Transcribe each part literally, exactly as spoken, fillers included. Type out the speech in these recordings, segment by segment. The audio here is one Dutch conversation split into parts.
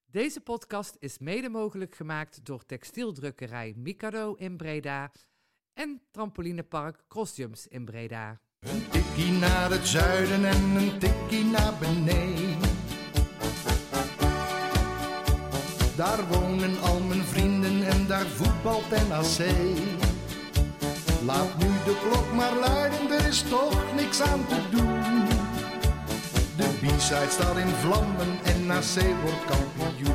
Deze podcast is mede mogelijk gemaakt door textieldrukkerij Mikado in Breda en trampolinepark Crossjumps in Breda. Een tikkie naar het zuiden en een tikkie naar beneden. Daar wonen al mijn vrienden en daar voetbalt N A C. Laat nu de klok maar luiden, er is toch niks aan te doen. De B-side staat in vlammen en N A C wordt kampioen.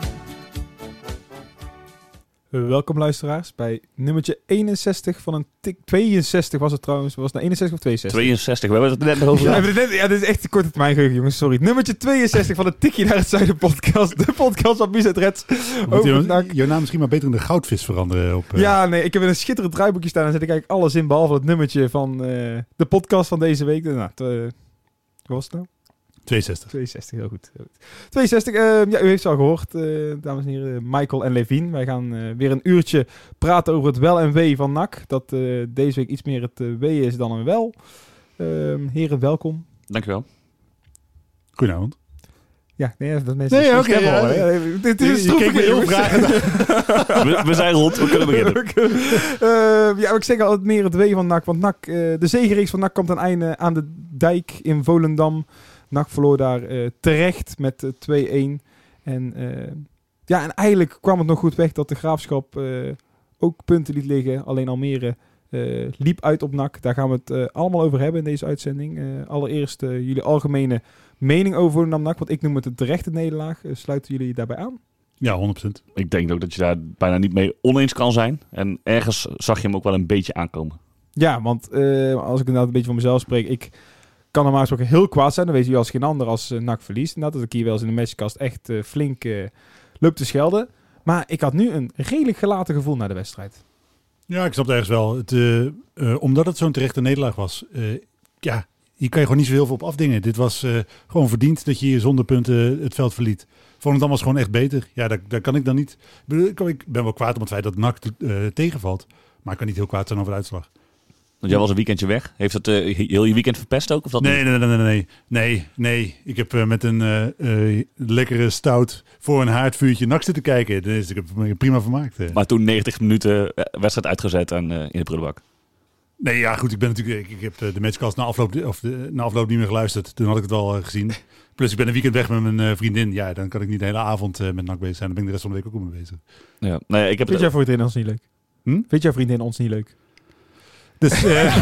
Welkom luisteraars bij nummertje eenenzestig van een tik... tweeënzestig was het trouwens. Was het nou eenenzestig of tweeënzestig? tweeënzestig, we hebben het er net nog over. Ja, net, ja, dit is echt een korte termijn geheugen, jongens. Sorry. Nummertje tweeënzestig van de Tikje naar het Zuiden podcast. De podcast van Mies en Reds. Jouw naam misschien maar beter in de goudvis veranderen. Op, uh... Ja, nee. Ik heb in een schitterend draaiboekje staan. En zet ik eigenlijk alles in, behalve het nummertje van uh, de podcast van deze week. Nou, t- uh, wat was het nou? tweeënzestig. tweeënzestig, heel goed. Heel goed. tweeënzestig, uh, ja, u heeft het al gehoord, uh, dames en heren, Michael en Levine. Wij gaan uh, weer een uurtje praten over het wel en wee van N A C. Dat uh, deze week iets meer het uh, wee is dan een wel. Uh, heren, welkom. Dankjewel. Goedenavond. Ja, nee, dat mensen... Nee, oké. Okay, Ja, ja, ja, dit is je keek me heel vragen. we, we zijn rond, we kunnen beginnen. uh, ja, ik zeg al het meer het wee van N A C. Want N A C, uh, de zegenreeks van N A C komt aan einde aan de dijk in Volendam. N A C verloor daar uh, terecht met uh, twee-een. En, uh, ja, en eigenlijk kwam het nog goed weg dat de Graafschap uh, ook punten liet liggen. Alleen Almere uh, liep uit op N A C. Daar gaan we het uh, allemaal over hebben in deze uitzending. Uh, allereerst uh, jullie algemene mening over Volendam N A C. Want ik noem het een terechte nederlaag. Uh, sluiten jullie daarbij aan? Ja, honderd procent. Ik denk ook dat je daar bijna niet mee oneens kan zijn. En ergens zag je hem ook wel een beetje aankomen. Ja, want uh, als ik inderdaad een beetje van mezelf spreek... ik kan normaal gesproken heel kwaad zijn. Dan weet je als geen ander als uh, N A C verliest. Inderdaad, dat ik hier wel eens in de matchkast echt uh, flink uh, loop te schelden. Maar ik had nu een redelijk gelaten gevoel na de wedstrijd. Ja, ik snap het ergens wel. Het, uh, uh, omdat het zo'n terechte nederlaag was. Uh, ja, hier kan je gewoon niet zo heel veel op afdingen. Dit was uh, gewoon verdiend dat je hier zonder punten het veld verliet. Volendam was gewoon echt beter. Ja, daar, daar kan ik dan niet... Ik ben wel kwaad om het feit dat N A C uh, tegenvalt. Maar ik kan niet heel kwaad zijn over de uitslag. Want jij was een weekendje weg. Heeft dat uh, heel je weekend verpest ook? Of dat nee, nee, nee, nee, nee, nee, nee. Ik heb uh, met een uh, uh, lekkere stout voor een haardvuurtje N A C zitten kijken. Dus ik heb me prima vermaakt. Uh. Maar toen negentig minuten wedstrijd uitgezet en uh, in de prullenbak. Nee, ja, goed. Ik ben natuurlijk. Ik, ik heb de matchcast na afloop, of de, na afloop niet meer geluisterd. Toen had ik het al uh, gezien. Plus, ik ben een weekend weg met mijn uh, vriendin. Ja, dan kan ik niet de hele avond uh, met N A C bezig zijn. Dan ben ik de rest van de week ook mee bezig. Ja, nee, ik heb Vind het... jouw vriendin ons niet leuk? Hm? Vind jouw vriendin ons niet leuk? Dus, uh...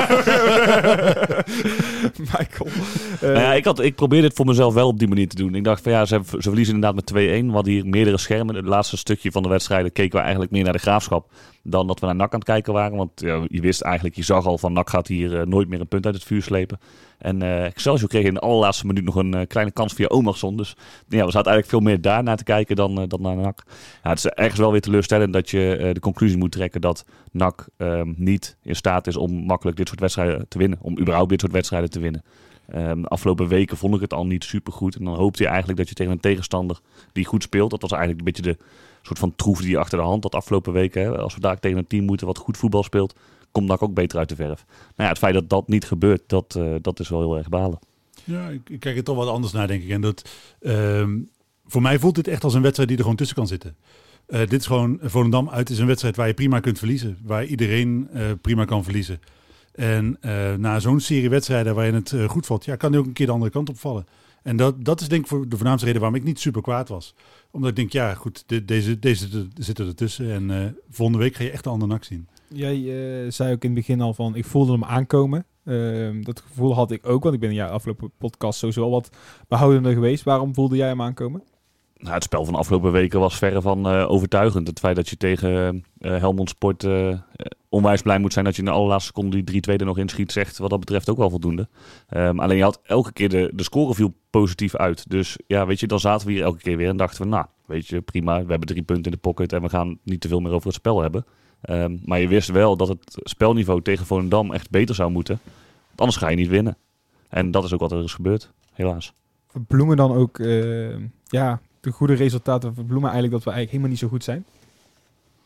Michael. Uh, nou ja, ik, had, ik probeerde het voor mezelf wel op die manier te doen. Ik dacht van ja, ze, ze verliezen inderdaad met twee-een. We hadden hier meerdere schermen. Het laatste stukje van de wedstrijden keken we eigenlijk meer naar de Graafschap dan dat we naar N A C aan het kijken waren. Want ja, je wist eigenlijk, je zag al van N A C gaat hier uh, nooit meer een punt uit het vuur slepen. En uh, Excelsior kreeg in de allerlaatste minuut nog een uh, kleine kans via Omerson. Dus ja, we zaten eigenlijk veel meer daar naar te kijken dan, uh, dan naar N A C. Ja, het is ergens wel weer teleurstellend dat je uh, de conclusie moet trekken dat N A C uh, niet in staat is om makkelijk dit soort wedstrijden te winnen. Om überhaupt dit soort wedstrijden te winnen. Um, de afgelopen weken vond ik het al niet supergoed. En dan hoopte je eigenlijk dat je tegen een tegenstander die goed speelt. Dat was eigenlijk een beetje de soort van troef die achter de hand dat afgelopen weken. Hè. Als we daar tegen een team moeten wat goed voetbal speelt, komt N A C ook beter uit de verf. Nou ja, het feit dat dat niet gebeurt, dat, uh, dat is wel heel erg balen. Ja, ik, ik kijk er toch wat anders naar, denk ik. En dat, um, voor mij voelt dit echt als een wedstrijd die er gewoon tussen kan zitten. Uh, dit is gewoon, Volendam uit is een wedstrijd waar je prima kunt verliezen. Waar iedereen uh, prima kan verliezen. En uh, na zo'n serie wedstrijden waar je het uh, goed valt, ja, kan die ook een keer de andere kant opvallen. En dat, dat is denk ik voor de voornaamste reden waarom ik niet super kwaad was. Omdat ik denk, ja goed, de, deze, deze zitten ertussen. En uh, volgende week ga je echt een andere N A C zien. Jij uh, zei ook in het begin al van, ik voelde hem aankomen. Uh, dat gevoel had ik ook, want ik ben in jouw afgelopen podcast sowieso al wat behoudender geweest. Waarom voelde jij hem aankomen? Nou, het spel van de afgelopen weken was verre van uh, overtuigend. Het feit dat je tegen uh, Helmond Sport uh, onwijs blij moet zijn dat je in de allerlaatste seconde die drie twee er nog inschiet, zegt wat dat betreft ook wel voldoende. Um, alleen je had elke keer de, de score viel positief uit. Dus ja, weet je, dan zaten we hier elke keer weer en dachten we, nou, weet je, prima, we hebben drie punten in de pocket en we gaan niet te veel meer over het spel hebben. Um, maar je wist wel dat het spelniveau tegen Volendam echt beter zou moeten. Want anders ga je niet winnen. En dat is ook wat er is gebeurd, helaas. Verbloemen dan ook, uh, ja... de goede resultaten verbloemen eigenlijk dat we eigenlijk helemaal niet zo goed zijn?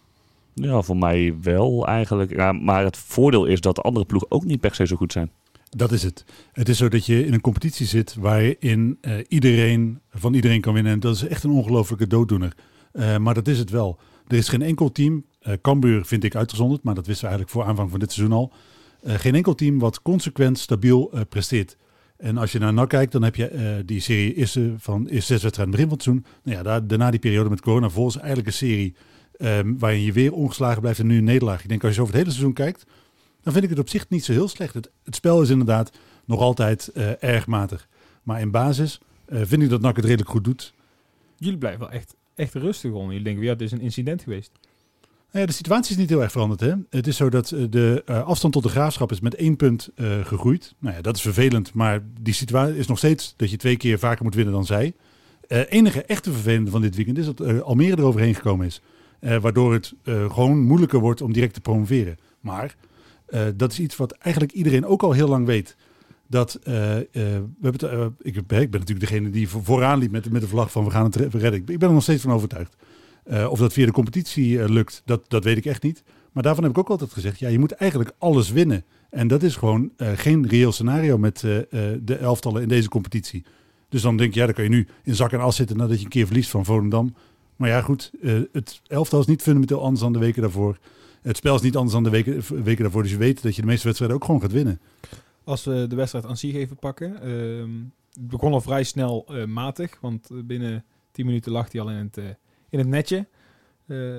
Ja, voor mij wel eigenlijk. Ja, maar het voordeel is dat de andere ploegen ook niet per se zo goed zijn. Dat is het. Het is zo dat je in een competitie zit waarin uh, iedereen van iedereen kan winnen. En dat is echt een ongelofelijke dooddoener. Uh, maar dat is het wel. Er is geen enkel team, uh, Cambuur vind ik uitgezonderd, maar dat wisten we eigenlijk voor aanvang van dit seizoen al. Uh, geen enkel team wat consequent stabiel uh, presteert. En als je naar N A C kijkt, dan heb je uh, die serie eerste van eerste zes wedstrijden begin van het seizoen. Nou ja, daar, daarna die periode met corona, volgens eigenlijk een serie um, waarin je weer ongeslagen blijft en nu een nederlaag. Ik denk als je over het hele seizoen kijkt, dan vind ik het op zich niet zo heel slecht. Het, het spel is inderdaad nog altijd uh, erg matig. Maar in basis uh, vind ik dat N A C het redelijk goed doet. Jullie blijven wel echt, echt rustig om. Jullie denken, ja, het is een incident geweest. Ja, de situatie is niet heel erg veranderd. Hè? Het is zo dat de uh, afstand tot de Graafschap is met één punt uh, gegroeid. Nou ja, dat is vervelend, maar die situatie is nog steeds dat je twee keer vaker moet winnen dan zij. Uh, enige echte vervelende van dit weekend is dat uh, Almere eroverheen gekomen is. Uh, waardoor het uh, gewoon moeilijker wordt om direct te promoveren. Maar uh, dat is iets wat eigenlijk iedereen ook al heel lang weet. Dat, uh, uh, we hebben het, uh, ik, ik ben natuurlijk degene die vooraan liep met, met de vlag van we gaan het redden. Ik ben er nog steeds van overtuigd. Uh, of dat via de competitie uh, lukt, dat, dat weet ik echt niet. Maar daarvan heb ik ook altijd gezegd, ja, je moet eigenlijk alles winnen. En dat is gewoon uh, geen reëel scenario met uh, uh, de elftallen in deze competitie. Dus dan denk je, ja, dan kan je nu in zak en as zitten nadat je een keer verliest van Volendam. Maar ja, goed, uh, het elftal is niet fundamenteel anders dan de weken daarvoor. Het spel is niet anders dan de weken, weken daarvoor. Dus je weet dat je de meeste wedstrijden ook gewoon gaat winnen. Als we de wedstrijd aan zich even pakken. Uh, het begon al vrij snel uh, matig. Want binnen tien minuten lag hij al in het, uh, in het netje. Uh,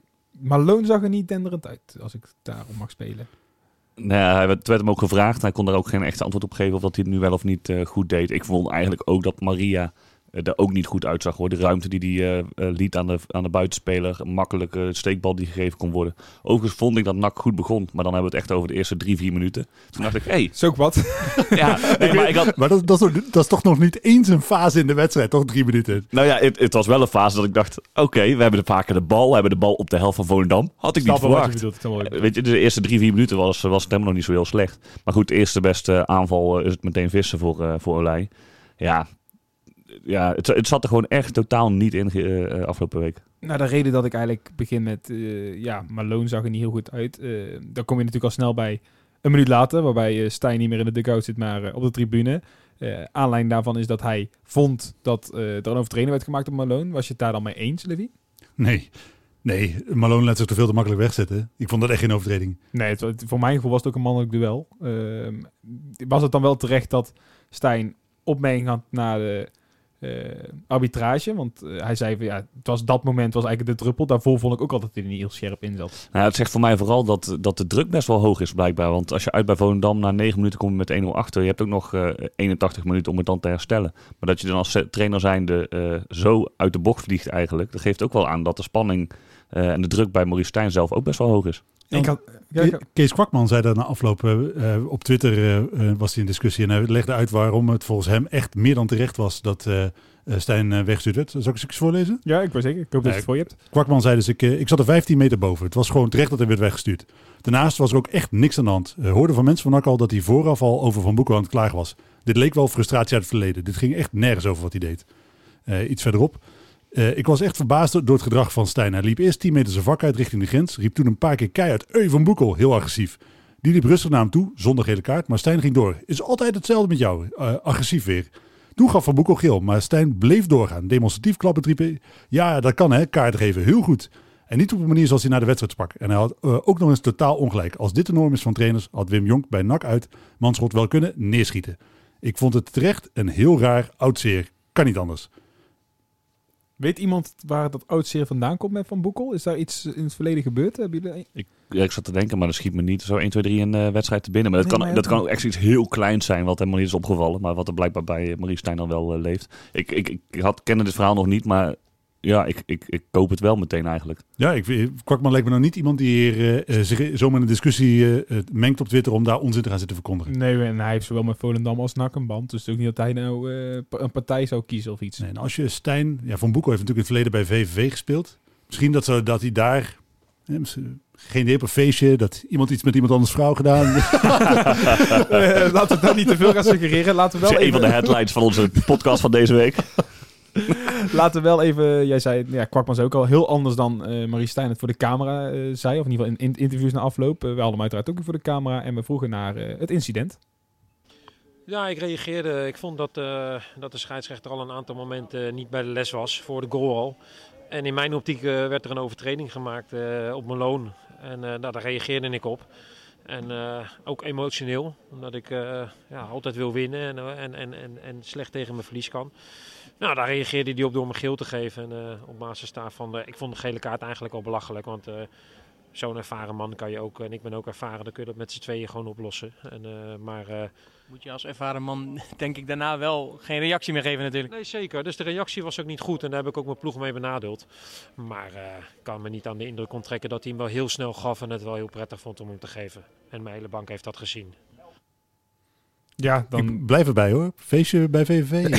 Malone zag er niet denderend uit, als ik daarom mag spelen. Nou ja, het werd hem ook gevraagd. Hij kon daar ook geen echte antwoord op geven of dat hij het nu wel of niet uh, goed deed. Ik vond eigenlijk ook dat Maria uh, er ook niet goed uitzag, hoor. De ruimte die hij uh, uh, liet aan de, aan de buitenspeler, een makkelijke steekbal die gegeven kon worden. Overigens vond ik dat N A C goed begon, maar dan hebben we het echt over de eerste drie, vier minuten. Toen dacht ik, hé. Hey. Zo wat. Ja, nee, maar ik had... Maar dat, dat, is, dat is toch nog niet eens een fase in de wedstrijd, toch? Drie minuten. Nou ja, het, het was wel een fase dat ik dacht, oké, okay, we hebben de vaker de bal. We hebben de bal op de helft van Volendam. Had ik Snap niet verwacht. Je bedoelt, Weet je, de eerste drie, vier minuten was, was het helemaal nog niet zo heel slecht. Maar goed, de eerste beste aanval uh, is het meteen vissen voor, uh, voor Olij. Ja, ja het, het zat er gewoon echt totaal niet in uh, afgelopen week. Nou, de reden dat ik eigenlijk begin met, uh, ja, Malone zag er niet heel goed uit. Uh, dan kom je natuurlijk al snel bij een minuut later, waarbij uh, Stijn niet meer in de dugout zit, maar uh, op de tribune. Uh, aanleiding daarvan is dat hij vond dat uh, er een overtreding werd gemaakt op Malone. Was je het daar dan mee eens, Levi? Nee. Nee, Malone laat zich te veel te makkelijk wegzetten. Ik vond dat echt geen overtreding. Nee, het, het, voor mijn gevoel was het ook een mannelijk duel. Uh, was het dan wel terecht dat Stijn opmerking had naar de uh, arbitrage? Want uh, hij zei, van, ja, het was dat moment was eigenlijk de druppel. Daarvoor vond ik ook altijd dat hij er niet heel scherp in zat. Nou, het zegt voor mij vooral dat, dat de druk best wel hoog is blijkbaar. Want als je uit bij Volendam na negen minuten komt met één nul achter. Je hebt ook nog uh, eenentachtig minuten om het dan te herstellen. Maar dat je dan als trainer zijnde uh, zo uit de bocht vliegt eigenlijk. Dat geeft ook wel aan dat de spanning uh, en de druk bij Maurice Stijn zelf ook best wel hoog is. Ik had, ja, Kees Kwakman zei dat na afloop uh, op Twitter uh, was hij in discussie en hij legde uit waarom het volgens hem echt meer dan terecht was dat uh, Stijn uh, weggestuurd werd. Zal ik eens voorlezen? Ja, ik weet zeker. Ik hoop dat je uh, het voor je hebt. Kwakman zei dus, ik, uh, ik zat er vijftien meter boven. Het was gewoon terecht dat hij werd weggestuurd. Daarnaast was er ook echt niks aan de hand. Uh, hoorde van mensen van N A C al dat hij vooraf al over Van Boekel aan het klagen was. Dit leek wel frustratie uit het verleden. Dit ging echt nergens over wat hij deed. Uh, iets verderop. Uh, ik was echt verbaasd door het gedrag van Stijn. Hij liep eerst tien meter zijn vak uit richting de grens. Riep toen een paar keer keihard, Ey, Van Boekel, heel agressief. Die liep rustig naar hem toe, zonder gele kaart. Maar Stijn ging door. Is altijd hetzelfde met jou. Uh, agressief weer. Toen gaf Van Boekel geel. Maar Stijn bleef doorgaan. Demonstratief klappen riepen. Ja, dat kan hè, kaart geven. Heel goed. En niet op een manier zoals hij naar de wedstrijd sprak. En hij had uh, ook nog eens totaal ongelijk. Als dit de norm is van trainers, had Wim Jonk bij N A C uit Manschot wel kunnen neerschieten. Ik vond het terecht een heel raar oud zeer. Kan niet anders. Weet iemand waar dat oud zeer vandaan komt met Van Boekel? Is daar iets in het verleden gebeurd? Hebben jullie... ik, ja, ik zat te denken, maar dat schiet me niet zo één, twee, drie een uh, wedstrijd te binnen. Maar dat, nee, kan, maar dat kan ook echt iets heel kleins zijn, wat helemaal niet is opgevallen. Maar wat er blijkbaar bij Maurice Stijn dan wel uh, leeft. Ik, ik, ik had, kende dit verhaal nog niet, maar ja, ik, ik, ik koop het wel meteen eigenlijk. Ja, ik, Kwakman lijkt me nou niet iemand die hier uh, zich zomaar in een discussie uh, mengt op Twitter om daar onzin te gaan zitten verkondigen. Nee, en hij heeft zowel met Volendam als N A C een band. Dus het is ook niet dat hij nou uh, een partij zou kiezen of iets. Nee, nou als je Stijn... Ja, Van Boekel heeft natuurlijk in het verleden bij V V V gespeeld. Misschien dat, zo, dat hij daar... Ja, geen idee op een feestje, dat iemand iets met iemand anders vrouw gedaan. uh, laten we dat niet te veel gaan suggereren. Laten we wel dat is even... een van de headlines van onze podcast van deze week. Laten we wel even, jij zei, ja, Kwakman zei ook al heel anders dan uh, Maurice Stijn het voor de camera uh, zei. Of in ieder geval in, in interviews na afloop. Uh, we hadden hem uiteraard ook voor de camera en we vroegen naar uh, het incident. Ja, ik reageerde. Ik vond dat, uh, dat de scheidsrechter al een aantal momenten niet bij de les was voor de goal al. En in mijn optiek uh, werd er een overtreding gemaakt uh, op mijn loon. En uh, nou, daar reageerde ik op. En uh, ook emotioneel, omdat ik uh, ja, altijd wil winnen en, uh, en, en, en, en slecht tegen mijn verlies kan. Nou, daar reageerde hij op door me geel te geven. En uh, op basis daarvan, uh, ik vond de gele kaart eigenlijk al belachelijk. Want uh, zo'n ervaren man kan je ook, en ik ben ook ervaren, dan kun je dat met z'n tweeën gewoon oplossen. En, uh, maar... Uh, Moet je als ervaren man, denk ik, daarna wel geen reactie meer geven natuurlijk. Nee, zeker. Dus de reactie was ook niet goed en daar heb ik ook mijn ploeg mee benadeeld. Maar uh, ik kan me niet aan de indruk onttrekken dat hij hem wel heel snel gaf en het wel heel prettig vond om hem te geven. En mijn hele bank heeft dat gezien. Ja, dan... Ik blijf erbij hoor. Feestje bij V V V.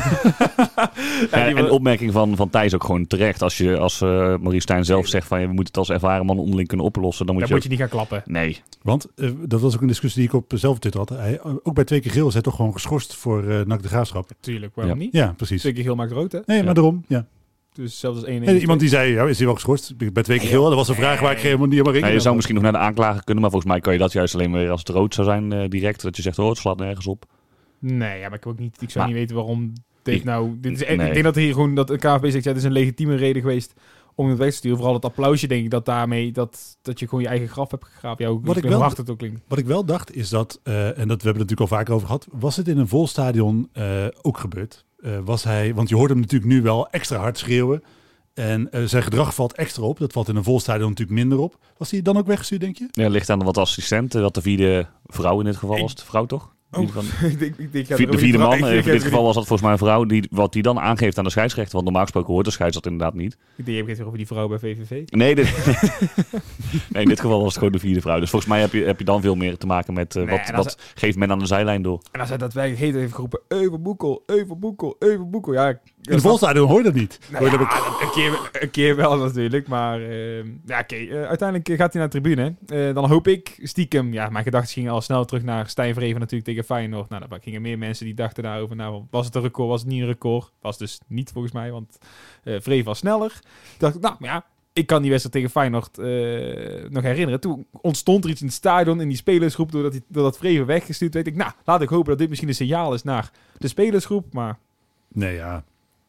ja, en de opmerking van, van Thijs ook gewoon terecht. Als je als uh, Maurice Stijn zelf zegt van ja, we moeten het als ervaren man onderling kunnen oplossen. Dan moet, dan je, moet je niet gaan klappen. Nee. Want uh, dat was ook een discussie die ik op zelf Twitter had. Hij, ook bij twee keer geel is hij toch gewoon geschorst voor uh, N A C de Graafschap. Tuurlijk, waarom ja. niet? Ja, precies. Twee keer geel maakt rood hè? Nee, ja. maar daarom, ja. Dus zelfs als één... Hey, iemand die zei, ja, is hij wel geschorst? Bij twee keer geel, dat was een vraag waar ik helemaal niet helemaal rekening ja, je zou had. misschien nog naar de aanklager kunnen, maar volgens mij kan je dat juist alleen weer als het rood zou zijn uh, direct. Dat je zegt, oh, het slaat nergens op. Nee, ja, maar ik, ook niet, ik zou maar, niet weten waarom dit ik, nou... Dit is, nee. Ik denk dat hier gewoon dat de K N V zegt, ja, het is een legitieme reden geweest om het weg te sturen. Vooral het applausje, denk ik, dat daarmee, dat, dat je gewoon je eigen graf hebt gegraven. Ja, hoe, wat ik hoe wel, hard het ook klinkt. Wat ik wel dacht, is dat, uh, en dat we hebben het natuurlijk al vaker over gehad, was het in een vol stadion uh, ook gebeurd? Uh, was hij, want je hoort hem natuurlijk nu wel extra hard schreeuwen. En uh, zijn gedrag valt extra op. Dat valt in een vol stadion natuurlijk minder op. Was hij dan ook weggestuurd, denk je? Ja, ligt aan de wat assistenten. Dat de vierde vrouw in dit geval was. De vrouw toch? Oh, van, ik denk, ik denk, de vierde man, ik in dit geval was dat volgens mij een vrouw, die, wat die dan aangeeft aan de scheidsrechter. Want normaal gesproken hoort de scheidsrechter inderdaad niet. Ik denk, je hebt het over die vrouw bij V V V. Nee, dit, nee, in dit geval was het gewoon de vierde vrouw. Dus volgens mij heb je, heb je dan veel meer te maken met uh, nee, wat, wat hij, geeft men aan de zijlijn door. En als hij dat wij heet heeft geroepen, even boekel, even boekel, even boekel. Ja, in de volstadion hoor je dat niet. Nou ja, dat een, keer, een keer wel natuurlijk, maar uh, ja, oké. Okay. Uh, uiteindelijk gaat hij naar de tribune. Uh, dan hoop ik stiekem, ja, mijn gedachten gingen al snel terug naar Stijn Vreven natuurlijk tegen Feyenoord. Nou, dan gingen meer mensen die dachten daarover, nou, was het een record, was het niet een record? Was dus niet volgens mij, want uh, Vreven was sneller. Toen dacht ik, nou ja, ik kan die wedstrijd tegen Feyenoord uh, nog herinneren. Toen ontstond er iets in het stadion, in die spelersgroep, doordat, die, doordat Vreven weggestuurd werd. Ik, nou, laat ik hopen dat dit misschien een signaal is naar de spelersgroep, maar... Nee, ja.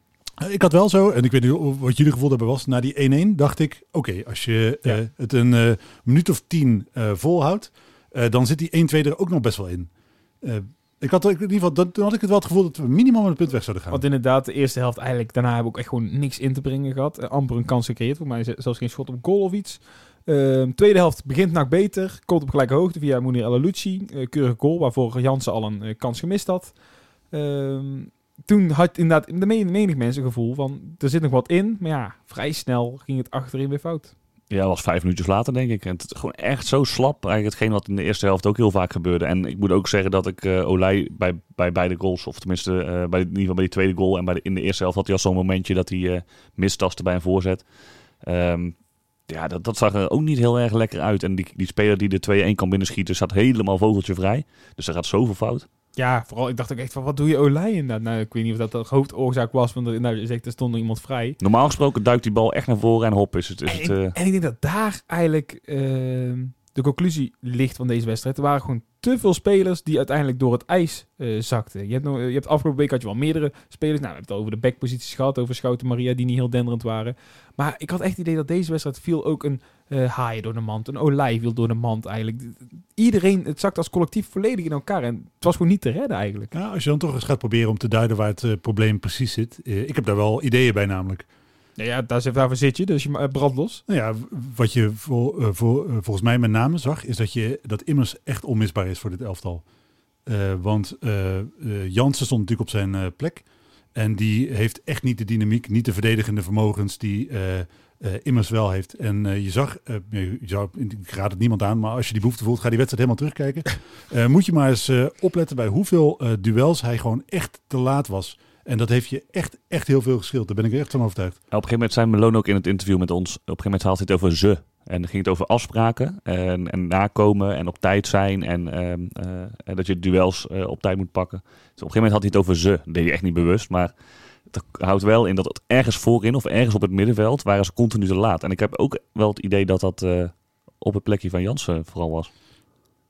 Ik had wel zo, en ik weet niet wat jullie gevoel hebben was, na die één-één dacht ik, oké, okay, als je ja. uh, het een uh, minuut of tien uh, volhoudt, uh, dan zit die één twee er ook nog best wel in. Uh, Ik had in ieder geval, dan had ik het wel het gevoel dat we minimaal met een punt weg zouden gaan. Want inderdaad, de eerste helft eigenlijk, daarna hebben we ook echt gewoon niks in te brengen gehad. Uh, amper een kans gecreëerd, voor mij zelfs geen schot op goal of iets. Uh, tweede helft begint N A C beter, komt op gelijke hoogte via Mounir El Alouchi. Uh, keurige goal, waarvoor Jansen al een uh, kans gemist had. Uh, toen had inderdaad de menig mensen het gevoel van, er zit nog wat in. Maar ja, vrij snel ging het achterin weer fout. Ja, dat was vijf minuutjes later, denk ik. En het is gewoon echt zo slap. Eigenlijk hetgeen wat in de eerste helft ook heel vaak gebeurde. En ik moet ook zeggen dat ik uh, Olij bij, bij beide goals, of tenminste uh, bij, in ieder geval bij die tweede goal en bij de, in de eerste helft had hij al zo'n momentje dat hij uh, mistaste bij een voorzet. Um, ja, dat, dat zag er ook niet heel erg lekker uit. En die, die speler die de twee-één kan binnenschieten, staat helemaal vogeltje vrij. Dus er gaat zoveel fout. Ja, vooral ik dacht ook echt van, wat doe je Olij inderdaad? Nou, ik weet niet of dat de hoofdoorzaak was, want er, nou, er stond er iemand vrij. Normaal gesproken duikt die bal echt naar voren en hop is het. Is en, het uh... en ik denk dat daar eigenlijk uh, de conclusie ligt van deze wedstrijd. Er waren gewoon te veel spelers die uiteindelijk door het ijs uh, zakten. Je hebt, nog, je hebt afgelopen week had je wel meerdere spelers. Nou, we hebben het over de backposities gehad, over Schouten Maria, die niet heel denderend waren. Maar ik had echt het idee dat deze wedstrijd viel ook een uh, Haaien door de mand. Een Olij viel door de mand eigenlijk. Iedereen, het zakte als collectief volledig in elkaar. En het was gewoon niet te redden eigenlijk. Ja, als je dan toch eens gaat proberen om te duiden waar het uh, probleem precies zit. Uh, ik heb daar wel ideeën bij namelijk. Ja, ja daar, daarvoor zit je, dus je uh, brandt los. Nou ja, wat je voor, uh, voor, uh, volgens mij met name zag, is dat, je, dat Immers echt onmisbaar is voor dit elftal. Uh, want uh, uh, Jansen stond natuurlijk op zijn uh, plek. En die heeft echt niet de dynamiek, niet de verdedigende vermogens die uh, uh, Immers wel heeft. En uh, je zag, uh, je zou, ik raad het niemand aan, maar als je die behoefte voelt, ga die wedstrijd helemaal terugkijken. Uh, moet je maar eens uh, opletten bij hoeveel uh, duels hij gewoon echt te laat was. En dat heeft je echt, echt heel veel geschild. Daar ben ik er echt van overtuigd. Op een gegeven moment zei Malone ook in het interview met ons. Op een gegeven moment had hij het over ze. En dan ging het over afspraken en, en nakomen en op tijd zijn. En, uh, uh, en dat je duels uh, op tijd moet pakken. Dus op een gegeven moment had hij het over ze. Dat deed je echt niet bewust. Maar het houdt wel in dat het ergens voorin of ergens op het middenveld waren ze continu te laat. En ik heb ook wel het idee dat dat uh, op het plekje van Jansen vooral was.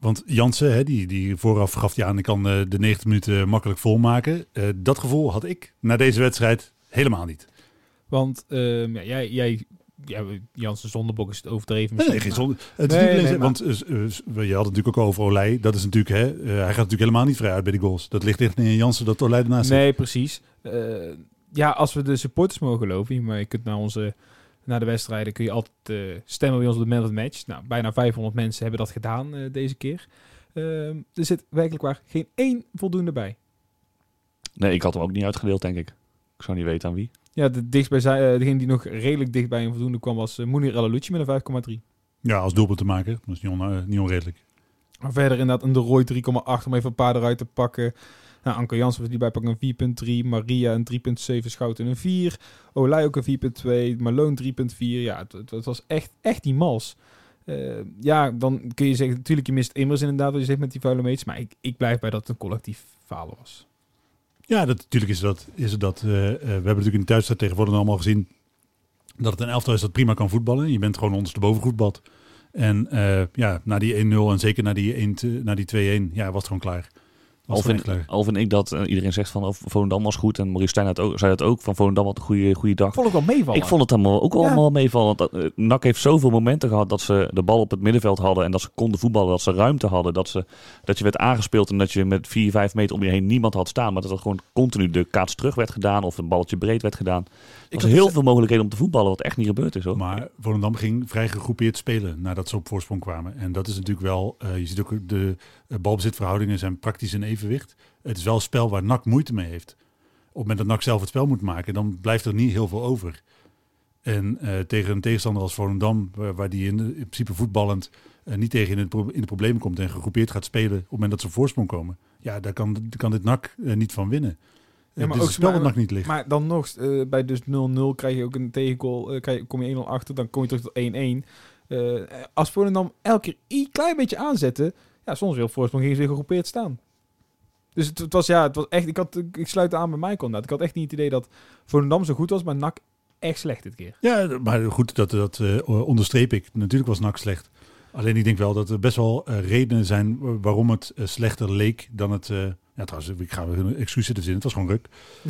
Want Jansen, hè, die, die vooraf gaf hij aan, ik kan uh, de negentig minuten makkelijk volmaken. Uh, dat gevoel had ik na deze wedstrijd helemaal niet. Want uh, ja, jij, jij ja, Jansen zondebok is het overdreven. Nee, nee, geen zonde. Het is nee, niet nee, want uh, uh, je had het natuurlijk ook over Olij. Dat is natuurlijk, hè, uh, hij gaat natuurlijk helemaal niet vrij uit bij de goals. Dat ligt echt in Jansen dat Olij ernaast zit. Nee, precies. Uh, ja, als we de supporters mogen geloven, maar je kunt naar onze naar de wedstrijden kun je altijd uh, stemmen bij ons op de man of the match. Nou, bijna vijfhonderd mensen hebben dat gedaan uh, deze keer. Uh, er zit werkelijk waar geen één voldoende bij. Nee, ik had hem ook niet uitgedeeld, denk ik. Ik zou niet weten aan wie. Ja, de dichtstbij, uh, degene die nog redelijk dichtbij een voldoende kwam was uh, Mounir El Alouchi met een vijf komma drie. Ja, als doelpunt te maken. Dat is niet, on, uh, niet onredelijk. Maar verder inderdaad een De Roy drie komma acht om even een paar eruit te pakken. Nou, Anke Jansen was die bijpakken een vier komma drie. Maria een drie komma zeven. Schouten een vier. Olij ook een vier komma twee. Malone drie komma vier. Ja, het, het, het was echt, echt die mals. Uh, ja, dan kun je zeggen, natuurlijk je mist immers inderdaad wat je zegt met die vuile meets. Maar ik, ik blijf bij dat het een collectief falen was. Ja, dat, natuurlijk is dat. Is het dat uh, uh, we hebben natuurlijk in de thuisstad tegen Volendam allemaal gezien dat het een elftal is dat prima kan voetballen. Je bent gewoon ondersteboven voetbald. En uh, ja, na die één nul en zeker na die, één, na die twee-één, ja, was het gewoon klaar. Al vind, al vind ik dat uh, iedereen zegt van oh, Volendam was goed. En Maurice Stijn had ook, zei dat ook. Van Volendam had een goede, goede dag. Vond ik wel meevallen. Ik vond het allemaal ook ja. allemaal meevallen. Want uh, N A C heeft zoveel momenten gehad dat ze de bal op het middenveld hadden. En dat ze konden voetballen. Dat ze ruimte hadden. Dat, ze, dat je werd aangespeeld en dat je met vier, vijf meter om je heen niemand had staan. Maar dat er gewoon continu de kaats terug werd gedaan. Of een balletje breed werd gedaan. Er was heel veel mogelijkheden om te voetballen. Wat echt niet gebeurd is hoor. Maar Volendam ging vrij gegroepeerd spelen nadat ze op voorsprong kwamen. En dat is natuurlijk wel... Uh, je ziet ook de uh, balbezitverhoudingen zijn praktisch in evenwicht. Het is wel een spel waar N A C moeite mee heeft. Op het moment dat N A C zelf het spel moet maken, dan blijft er niet heel veel over. En uh, tegen een tegenstander als Volendam, waar, waar die in, in principe voetballend uh, niet tegen in, het pro- in de problemen komt en gegroepeerd gaat spelen op het moment dat ze op voorsprong komen. Ja, daar kan, daar kan dit N A C uh, niet van winnen. Ja, maar dus ook het spel dat N A C niet ligt. Maar dan nog, uh, bij dus nul nul krijg je ook een tegengoal, uh, krijg je, kom je één nul achter, dan kom je terug tot één-één. Uh, als Volendam elke keer een klein beetje aanzetten, ja, soms wil voorsprong gingen ze weer gegroepeerd staan. Dus het, het was ja, het was echt. Ik had, ik sluit aan bij mij kon dat. Ik had echt niet het idee dat Volendam zo goed was, maar N A C echt slecht dit keer. Ja, maar goed, dat, dat uh, onderstreep ik. Natuurlijk was N A C slecht. Alleen ik denk wel dat er best wel uh, redenen zijn waarom het uh, slechter leek dan het. Uh, ja, trouwens, ik ga weer een excuus zitten verzinnen. Het was gewoon ruk.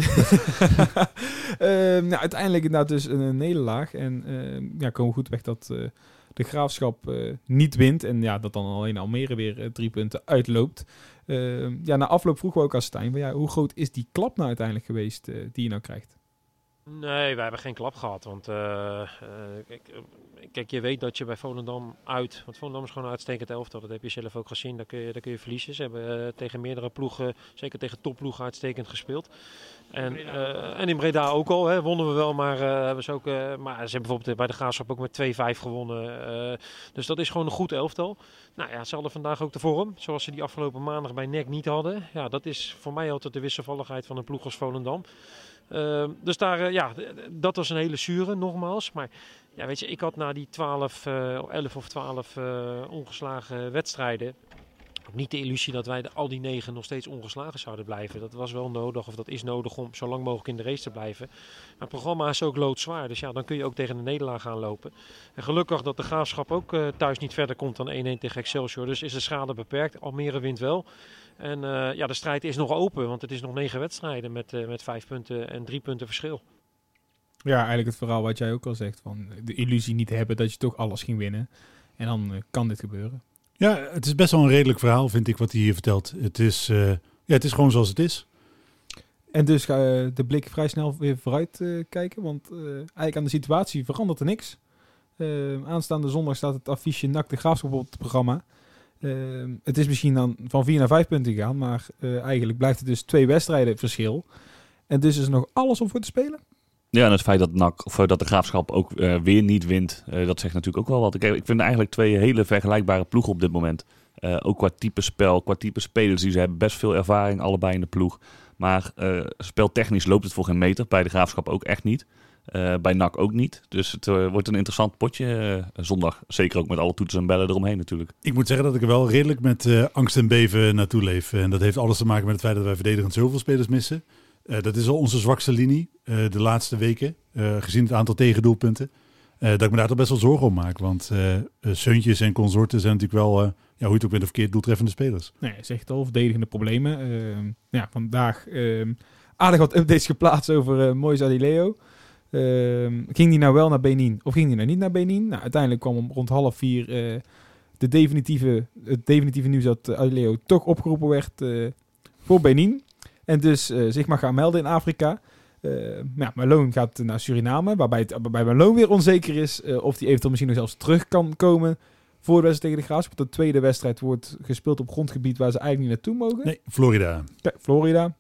uh, nou, uiteindelijk inderdaad dus een, een nederlaag en uh, ja, komen we goed weg dat. Uh, de Graafschap uh, niet wint. En ja, dat dan alleen Almere weer uh, drie punten uitloopt. Uh, ja, na afloop vroegen we ook aan Stijn, van, ja, hoe groot is die klap nou uiteindelijk geweest uh, die je nou krijgt? Nee, wij hebben geen klap gehad. Want uh, uh, kijk, kijk, je weet dat je bij Volendam uit... Want Volendam is gewoon een uitstekend elftal. Dat heb je zelf ook gezien. Daar kun je, daar kun je verliezen. Ze hebben uh, tegen meerdere ploegen, zeker tegen topploegen, uitstekend gespeeld. En, uh, en in Breda ook al, hè, wonnen we wel. Maar, uh, hebben ze ook, uh, maar ze hebben bijvoorbeeld bij de Graafschap ook met twee vijf gewonnen. Uh, dus dat is gewoon een goed elftal. Nou ja, ze hadden vandaag ook de vorm. Zoals ze die afgelopen maandag bij N E C niet hadden. Ja, dat is voor mij altijd de wisselvalligheid van een ploeg als Volendam. Uh, dus daar, uh, ja, dat was een hele zure, nogmaals. Maar ja, weet je, ik had na die twaalf, uh, elf of twaalf uh, ongeslagen wedstrijden niet de illusie dat wij de, al die negen nog steeds ongeslagen zouden blijven. Dat was wel nodig, of dat is nodig om zo lang mogelijk in de race te blijven. Maar het programma is ook loodzwaar, dus ja, dan kun je ook tegen de nederlaag gaan lopen. En gelukkig dat de Graafschap ook uh, thuis niet verder komt dan één-één tegen Excelsior. Dus is de schade beperkt. Almere wint wel. En uh, ja, de strijd is nog open, want het is nog negen wedstrijden met, uh, met vijf punten en drie punten verschil. Ja, eigenlijk het verhaal wat jij ook al zegt, van de illusie niet hebben dat je toch alles ging winnen. En dan uh, kan dit gebeuren. Ja, het is best wel een redelijk verhaal, vind ik, wat hij hier vertelt. Het is, uh, ja, het is gewoon zoals het is. En dus ga je de blik vrij snel weer vooruit uh, kijken, want uh, eigenlijk aan de situatie verandert er niks. Uh, aanstaande zondag staat het affiche N A C de Graafschap op het programma. Uh, het is misschien dan van vier naar vijf punten gegaan, maar uh, eigenlijk blijft het dus twee wedstrijden verschil. En dus is er nog alles om voor te spelen. Ja, en het feit dat, N A C, of dat de Graafschap ook uh, weer niet wint, uh, dat zegt natuurlijk ook wel wat. Ik, ik vind eigenlijk twee hele vergelijkbare ploegen op dit moment. Uh, ook qua type spel, qua type spelers. Die ze hebben best veel ervaring, allebei in de ploeg. Maar uh, speltechnisch loopt het voor geen meter. Bij de Graafschap ook echt niet. Uh, bij N A C ook niet. Dus het uh, wordt een interessant potje uh, zondag. Zeker ook met alle toetsen en bellen eromheen natuurlijk. Ik moet zeggen dat ik er wel redelijk met uh, angst en beven naartoe leef. En dat heeft alles te maken met het feit dat wij verdedigend zoveel spelers missen. Uh, dat is al onze zwakste linie uh, de laatste weken. Uh, gezien het aantal tegendoelpunten. Uh, dat ik me daar toch best wel zorgen om maak. Want uh, uh, Seuntjes en consorten zijn natuurlijk wel, uh, ja, hoe je het ook bent of verkeerd, doeltreffende spelers. Nee, zegt al, verdedigende problemen. Uh, ja, vandaag uh, aardig wat updates geplaatst over uh, Moïse Adileo. Uh, ging die nou wel naar Benin of ging die nou niet naar Benin? Nou, uiteindelijk kwam om rond half vier uh, de definitieve, het definitieve nieuws dat uh, Adileo toch opgeroepen werd uh, voor Benin. En dus uh, zich mag gaan melden in Afrika. Uh, ja, Malone gaat naar Suriname, waarbij, het, waarbij Malone weer onzeker is uh, of hij eventueel misschien nog zelfs terug kan komen voor de wedstrijd tegen de Graafschap. De tweede wedstrijd wordt gespeeld op grondgebied waar ze eigenlijk niet naartoe mogen. Nee, Florida. Ja, Florida.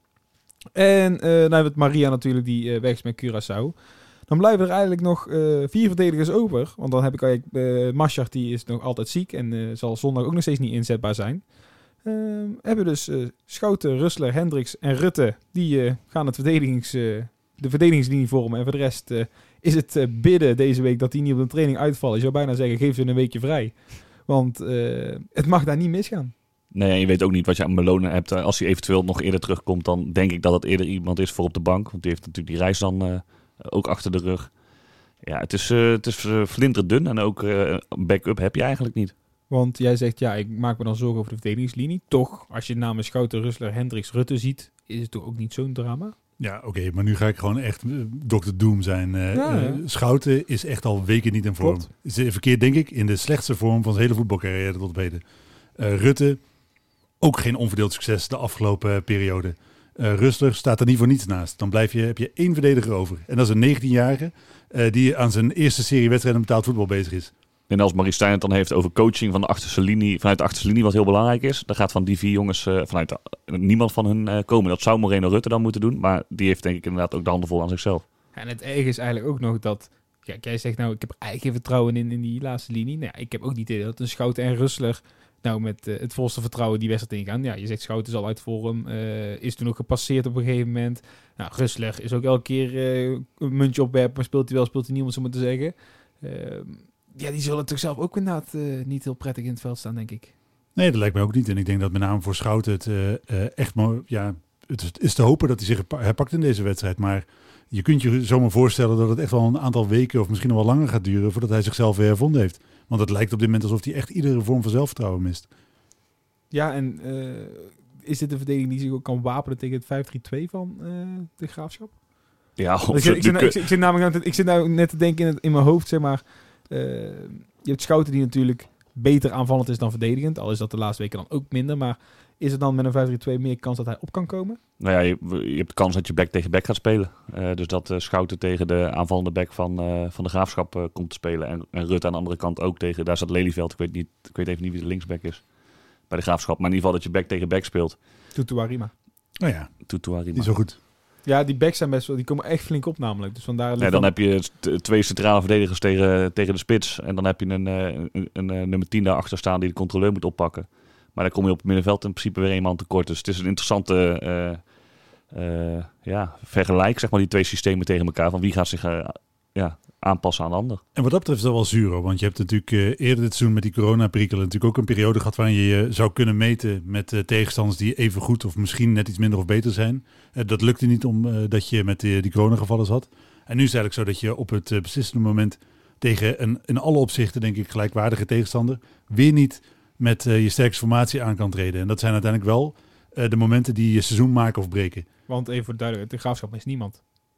En uh, dan hebben we het Maria natuurlijk die uh, weg is met Curaçao. Dan blijven er eigenlijk nog uh, vier verdedigers over. Want dan heb ik eigenlijk uh, Maschard, die is nog altijd ziek en uh, zal zondag ook nog steeds niet inzetbaar zijn. Uh, hebben we dus uh, Schouten, Rustler, Hendricks en Rutte. Die uh, gaan het verdedigings, uh, de verdedigingslinie vormen. En voor de rest uh, is het uh, bidden deze week dat die niet op een training uitvallen. Je zou bijna zeggen, geef ze een weekje vrij. Want uh, het mag daar niet misgaan. Nee, en je weet ook niet wat je aan Malone hebt. Als hij eventueel nog eerder terugkomt, dan denk ik dat het eerder iemand is voor op de bank. Want die heeft natuurlijk die reis dan uh, ook achter de rug. Ja, het is, uh, het is uh, flinterdun en ook uh, backup heb je eigenlijk niet. Want jij zegt, ja, ik maak me dan zorgen over de verdedigingslinie. Toch, als je namens Schouten, Rustler, Hendricks, Rutte ziet, is het toch ook niet zo'n drama? Ja, oké, okay, maar nu ga ik gewoon echt uh, dokter Doom zijn. Uh, ja, ja. Uh, Schouten is echt al weken niet in vorm. Klopt. Is verkeerd, denk ik, in de slechtste vorm van zijn hele voetbalcarrière tot op heden. Uh, Rutte, ook geen onverdeeld succes de afgelopen uh, periode. Uh, Rustler staat er niet voor niets naast. Dan blijf je, heb je één verdediger over. En dat is een negentienjarige uh, die aan zijn eerste serie wedstrijden betaald voetbal bezig is. En als Maurice Stijn het dan heeft over coaching van de achterste linie, vanuit de achterste linie, wat heel belangrijk is, dan gaat van die vier jongens uh, vanuit de, uh, niemand van hun uh, komen. Dat zou Moreno Rutte dan moeten doen, maar die heeft denk ik inderdaad ook de handen vol aan zichzelf. Ja, en het erg is eigenlijk ook nog dat, ja, jij zegt nou, ik heb eigenlijk geen vertrouwen in, in die laatste linie. Nou, ja, ik heb ook niet idee dat een Schouten en Rustler nou met uh, het volste vertrouwen die wedstrijd ingaan. Ja, je zegt Schouten is al uit vorm, uh, is toen ook gepasseerd op een gegeven moment. Nou, Rustler is ook elke keer uh, een muntje opwerpen, maar speelt hij wel, speelt hij niet, om het zo maar te zeggen. Uh, Ja, die zullen toch zelf ook inderdaad uh, niet heel prettig in het veld staan, denk ik. Nee, dat lijkt mij ook niet. En ik denk dat met name voor Schouten het uh, uh, echt mooi, ja, het is, is te hopen dat hij zich herpakt in deze wedstrijd. Maar je kunt je zomaar voorstellen dat het echt wel een aantal weken of misschien nog wel langer gaat duren voordat hij zichzelf weer hervonden heeft. Want het lijkt op dit moment alsof hij echt iedere vorm van zelfvertrouwen mist. Ja, en uh, is dit een verdediging die zich ook kan wapenen tegen het vijf drie twee van uh, de Graafschap? Ja, ik, zit, ik, zit, ik, ik zit namelijk ik zit nou net te denken in, het, in mijn hoofd, zeg maar. Uh, je hebt Schouten die natuurlijk beter aanvallend is dan verdedigend. Al is dat de laatste weken dan ook minder. Maar is er dan met een vijf drie twee meer kans dat hij op kan komen? Nou ja, je, je hebt de kans dat je back tegen back gaat spelen. Uh, dus dat uh, Schouten tegen de aanvallende back van, uh, van de Graafschap uh, komt te spelen. En, en Rutte aan de andere kant ook tegen. Daar staat Lelyveld. Ik weet, niet, ik weet even niet wie de linksback is bij de Graafschap. Maar in ieder geval dat je back tegen back speelt. Tutu Arima. Oh ja, Tutu Arima. Die is zo goed. Ja, die backs zijn best wel, die komen echt flink op namelijk. Dus vandaar. Nee, dan heb je t- twee centrale verdedigers tegen, tegen de spits. En dan heb je een, een, een, een, een nummer tien daarachter staan die de controleur moet oppakken. Maar dan kom je op het middenveld in principe weer een man tekort. Dus het is een interessante uh, uh, ja, vergelijk, zeg maar, die twee systemen tegen elkaar. Van wie gaat zich uh, ja, aanpassen aan de ander. En wat dat betreft is dat wel zuur, hoor. Want je hebt natuurlijk uh, eerder dit seizoen met die coronaperikelen natuurlijk ook een periode gehad waarin je je zou kunnen meten met uh, tegenstanders die even goed of misschien net iets minder of beter zijn. Uh, dat lukte niet omdat uh, je met uh, die coronagevallen zat. En nu is het eigenlijk zo dat je op het uh, beslissende moment tegen een in alle opzichten denk ik gelijkwaardige tegenstander weer niet met uh, je sterkste formatie aan kan treden. En dat zijn uiteindelijk wel uh, de momenten die je seizoen maken of breken. Want even voor de duidelijkheid, de Graafschap is niemand.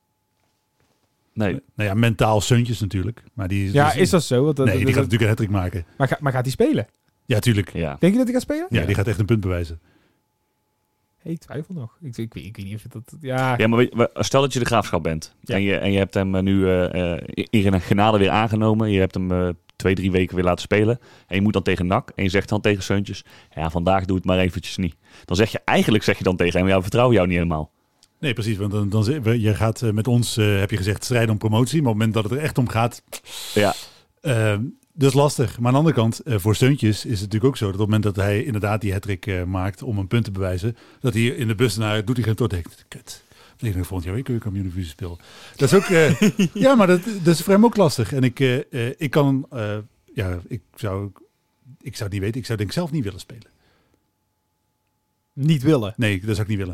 Nee. Nou ja, mentaal Seuntjes natuurlijk. Maar die, ja, dus, is dat zo? Want dat, nee, dat, die dat, gaat natuurlijk een hattrick maken. Maar, ga, maar gaat hij spelen? Ja, tuurlijk. Ja. Denk je dat hij gaat spelen? Ja, Ja. die gaat echt een punt bewijzen. Hey, ik twijfel nog. Ik, ik, ik, ik weet niet of het dat... Ja, Ja, maar weet je, stel dat je de Graafschap bent. Ja. En, je, en je hebt hem uh, nu uh, uh, in genade weer aangenomen. Je hebt hem uh, twee, drie weken weer laten spelen. En je moet dan tegen N A C. En je zegt dan tegen Seuntjes, ja, vandaag doe het maar eventjes niet. Dan zeg je, eigenlijk zeg je dan tegen hem, ja, we vertrouwen jou niet helemaal. Nee, precies. Want dan, dan je gaat uh, met ons, uh, heb je gezegd, strijden om promotie. Maar op het moment dat het er echt om gaat... Ja. Uh, dat is lastig. Maar aan de andere kant, uh, voor Seuntjes is het natuurlijk ook zo... dat op het moment dat hij inderdaad die hattrick uh, maakt om een punt te bewijzen... dat hij in de bus naar doet hij geen tot denkt. Kut. Ik denk volgend jaar weer kun je kampioen-divisie spelen. Dat is ook... Uh, ja, maar dat, dat is voor hem ook lastig. En ik, uh, uh, ik kan... Uh, ja, ik zou, ik zou het niet weten. Ik zou denk ik zelf niet willen spelen. niet willen. Nee, dat zou ik niet willen.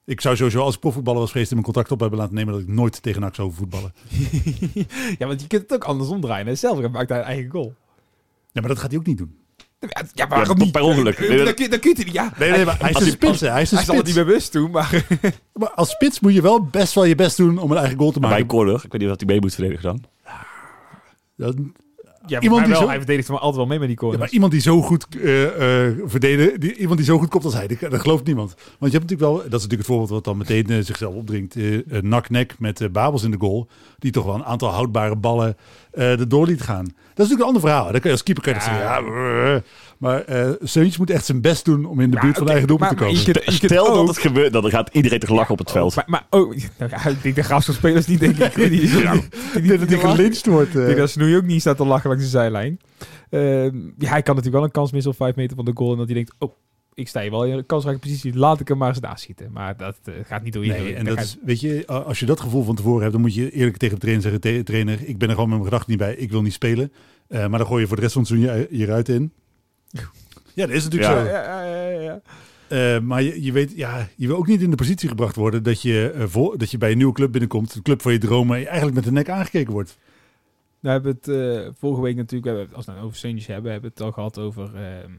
Ik zou sowieso als ik profvoetballer was geweest in mijn contract op hebben laten nemen dat ik nooit tegen N A C zou voetballen. Ja, want je kunt het ook andersom draaien. Hè? Zelf maakt hij eigen goal. Ja, maar dat gaat hij ook niet doen. Ja, maar Ja, niet? per ongeluk. Dan, dan, dan, kun- dan kun je niet. Ja, Nee, nee, maar hij is als de hij- spits. hè. Hij is de hij zal het niet spits. bewust doen, maar... Maar als spits moet je wel best wel je best doen om een eigen goal te Bij een maken. corner. Ik weet niet of hij mee moet verdedigen dan. Dat- Ja, Iemand hij, die wel, zo- hij verdedigt maar altijd wel mee met die Ja, corners. maar iemand die zo goed uh, uh, verdedigen, die, iemand die zo goed komt als hij, dat, dat gelooft niemand. Want je hebt natuurlijk wel, dat is natuurlijk het voorbeeld wat dan meteen uh, zichzelf opdringt. Uh, uh, Nak-nek met uh, Babels in de goal, die toch wel een aantal houdbare ballen uh, erdoor liet gaan. Dat is natuurlijk een ander verhaal. Dan kan je als keeper kan je Ja. zeggen, ja, brrr. Maar uh, Seuntjes moet echt zijn best doen om in de Ja, buurt van oké, eigen doelpunt maar- te komen. maar je kunt- je kunt Stel dat ook- het gebeurt, dan gaat iedereen toch lachen op het veld. Maar, maar oh, nou, ja, ik denk de graafschapspelers niet, denk ik. Die, die, Ja, Ik denk dat hij gelyncht wordt. Ik Uh. denk dat Snoei ook niet staat te lachen langs de zijlijn. Uh, ja, hij kan natuurlijk wel een kans missen op vijf meter van de goal. En dat hij denkt, oh, ik sta hier wel in een kansrijke positie. Laat ik hem maar eens daar schieten. Maar dat uh, gaat niet door iedereen. Nee, en Dat dat gaat- is, weet je, als je dat gevoel van tevoren hebt, dan moet je eerlijk tegen de trainer zeggen, "Te- trainer, ik ben er gewoon met mijn gedachten niet bij, ik wil niet spelen. Uh, maar dan gooi je voor de rest van het seizoen je, je ruit in. Ja, dat is natuurlijk Ja. zo. Ja, ja, ja, ja, ja. Uh, maar je, je weet, ja, je wil ook niet in de positie gebracht worden dat je, uh, voor, dat je bij een nieuwe club binnenkomt, de club van je dromen, en je eigenlijk met de nek aangekeken wordt. We hebben het uh, vorige week natuurlijk, we hebben, als we het over Seuntjes hebben, hebben we het al gehad over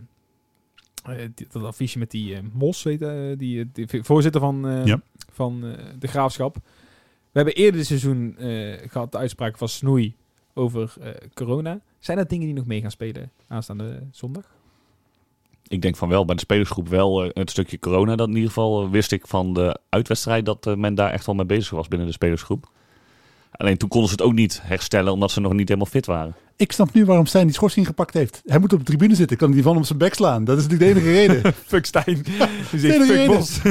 uh, uh, die- dat affiche met die uh, Mos, weet, uh, die, die voorzitter van, uh, Ja. van uh, de Graafschap. We hebben eerder dit seizoen uh, gehad de uitspraak van Snoei over uh, corona. Zijn dat dingen die nog mee gaan spelen aanstaande zondag? Ik denk van wel, bij de spelersgroep wel uh, het stukje corona. Dat in ieder geval uh, wist ik van de uitwedstrijd dat uh, men daar echt wel mee bezig was binnen de spelersgroep. Alleen toen konden ze het ook niet herstellen, omdat ze nog niet helemaal fit waren. Ik snap nu waarom Stijn die schorsing gepakt heeft. Hij moet op de tribune zitten, kan hij die van op zijn bek slaan. Dat is natuurlijk de enige reden. Fuck Stijn. Dus Nee, ik dat fuck weet Bos.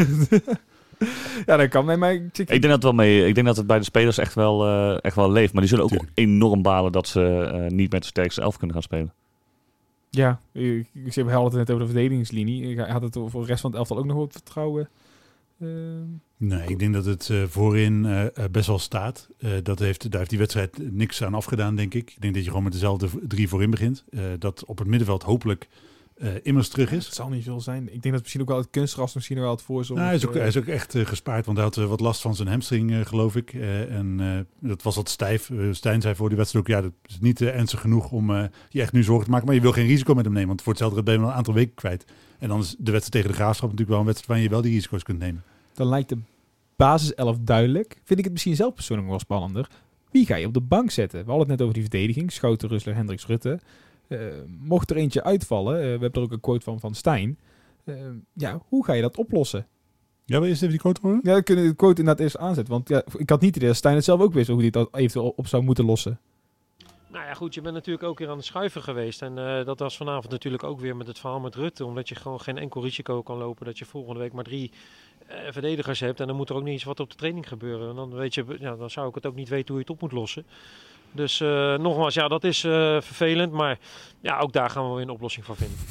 Ja, dat kan. Nee, maar ik, ik, Ik denk dat wel mee. Ik denk dat het bij de spelers echt wel, uh, echt wel leeft. Maar die zullen ook Tuurlijk. enorm balen dat ze uh, niet met de sterkste elf kunnen gaan spelen. Ja, ik, ik zei, we hadden het net over de verdedigingslinie. Ik had het voor de rest van het elftal ook nog wat vertrouwen. Uh, Nee, ik denk dat het uh, voorin uh, best wel staat. Uh, dat heeft, daar heeft die wedstrijd niks aan afgedaan, denk ik. Ik denk dat je gewoon met dezelfde v- drie voorin begint. Uh, dat op het middenveld hopelijk uh, Immers terug is. Het zal niet veel zijn. Ik denk dat misschien ook wel het kunstgras misschien nog wel het voorzorg. Nou, hij, is ook, uh, hij is ook echt uh, gespaard, want hij had uh, wat last van zijn hamstring, uh, geloof ik. Uh, en uh, dat was wat stijf. Uh, Stijn zei voor die wedstrijd ook, ja, dat is niet uh, ernstig genoeg om uh, je echt nu zorgen te maken. Maar je wil geen risico met hem nemen, want voor hetzelfde ben je wel een aantal weken kwijt. En dan is de wedstrijd tegen de Graafschap natuurlijk wel een wedstrijd waar je wel die risico's kunt nemen. Dan lijkt de basiself duidelijk. Vind ik het misschien zelf persoonlijk wel spannender. Wie ga je op de bank zetten? We hadden het net over die verdediging. Schouten, Rustler, Hendricks, Rutte. Uh, mocht er eentje uitvallen, uh, we hebben er ook een quote van van Stijn. Uh, ja, hoe ga je dat oplossen? Ja, wil je eerst even die quote horen? Ja, we kunnen de quote inderdaad eerst aanzetten. Want ja, ik had niet het idee dat Stijn het zelf ook wist hoe hij dat eventueel op zou moeten lossen. Nou ja, goed, je bent natuurlijk ook weer aan het schuiven geweest. En uh, dat was vanavond natuurlijk ook weer met het verhaal met Rutte. Omdat je gewoon geen enkel risico kan lopen dat je volgende week maar drie uh, verdedigers hebt. En dan moet er ook niet eens wat op de training gebeuren. En dan, weet je, ja, dan zou ik het ook niet weten hoe je het op moet lossen. Dus uh, nogmaals, ja, dat is uh, vervelend. Maar ja, ook daar gaan we weer een oplossing voor vinden.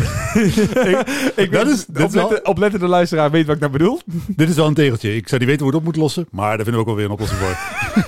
ik, ik Dat weet, is- dat is opletten, wel- oplettende luisteraar weet wat ik nou bedoel. Dit is wel een tegeltje. Ik zou niet weten hoe het op moet lossen, maar daar vinden we ook wel weer een oplossing voor.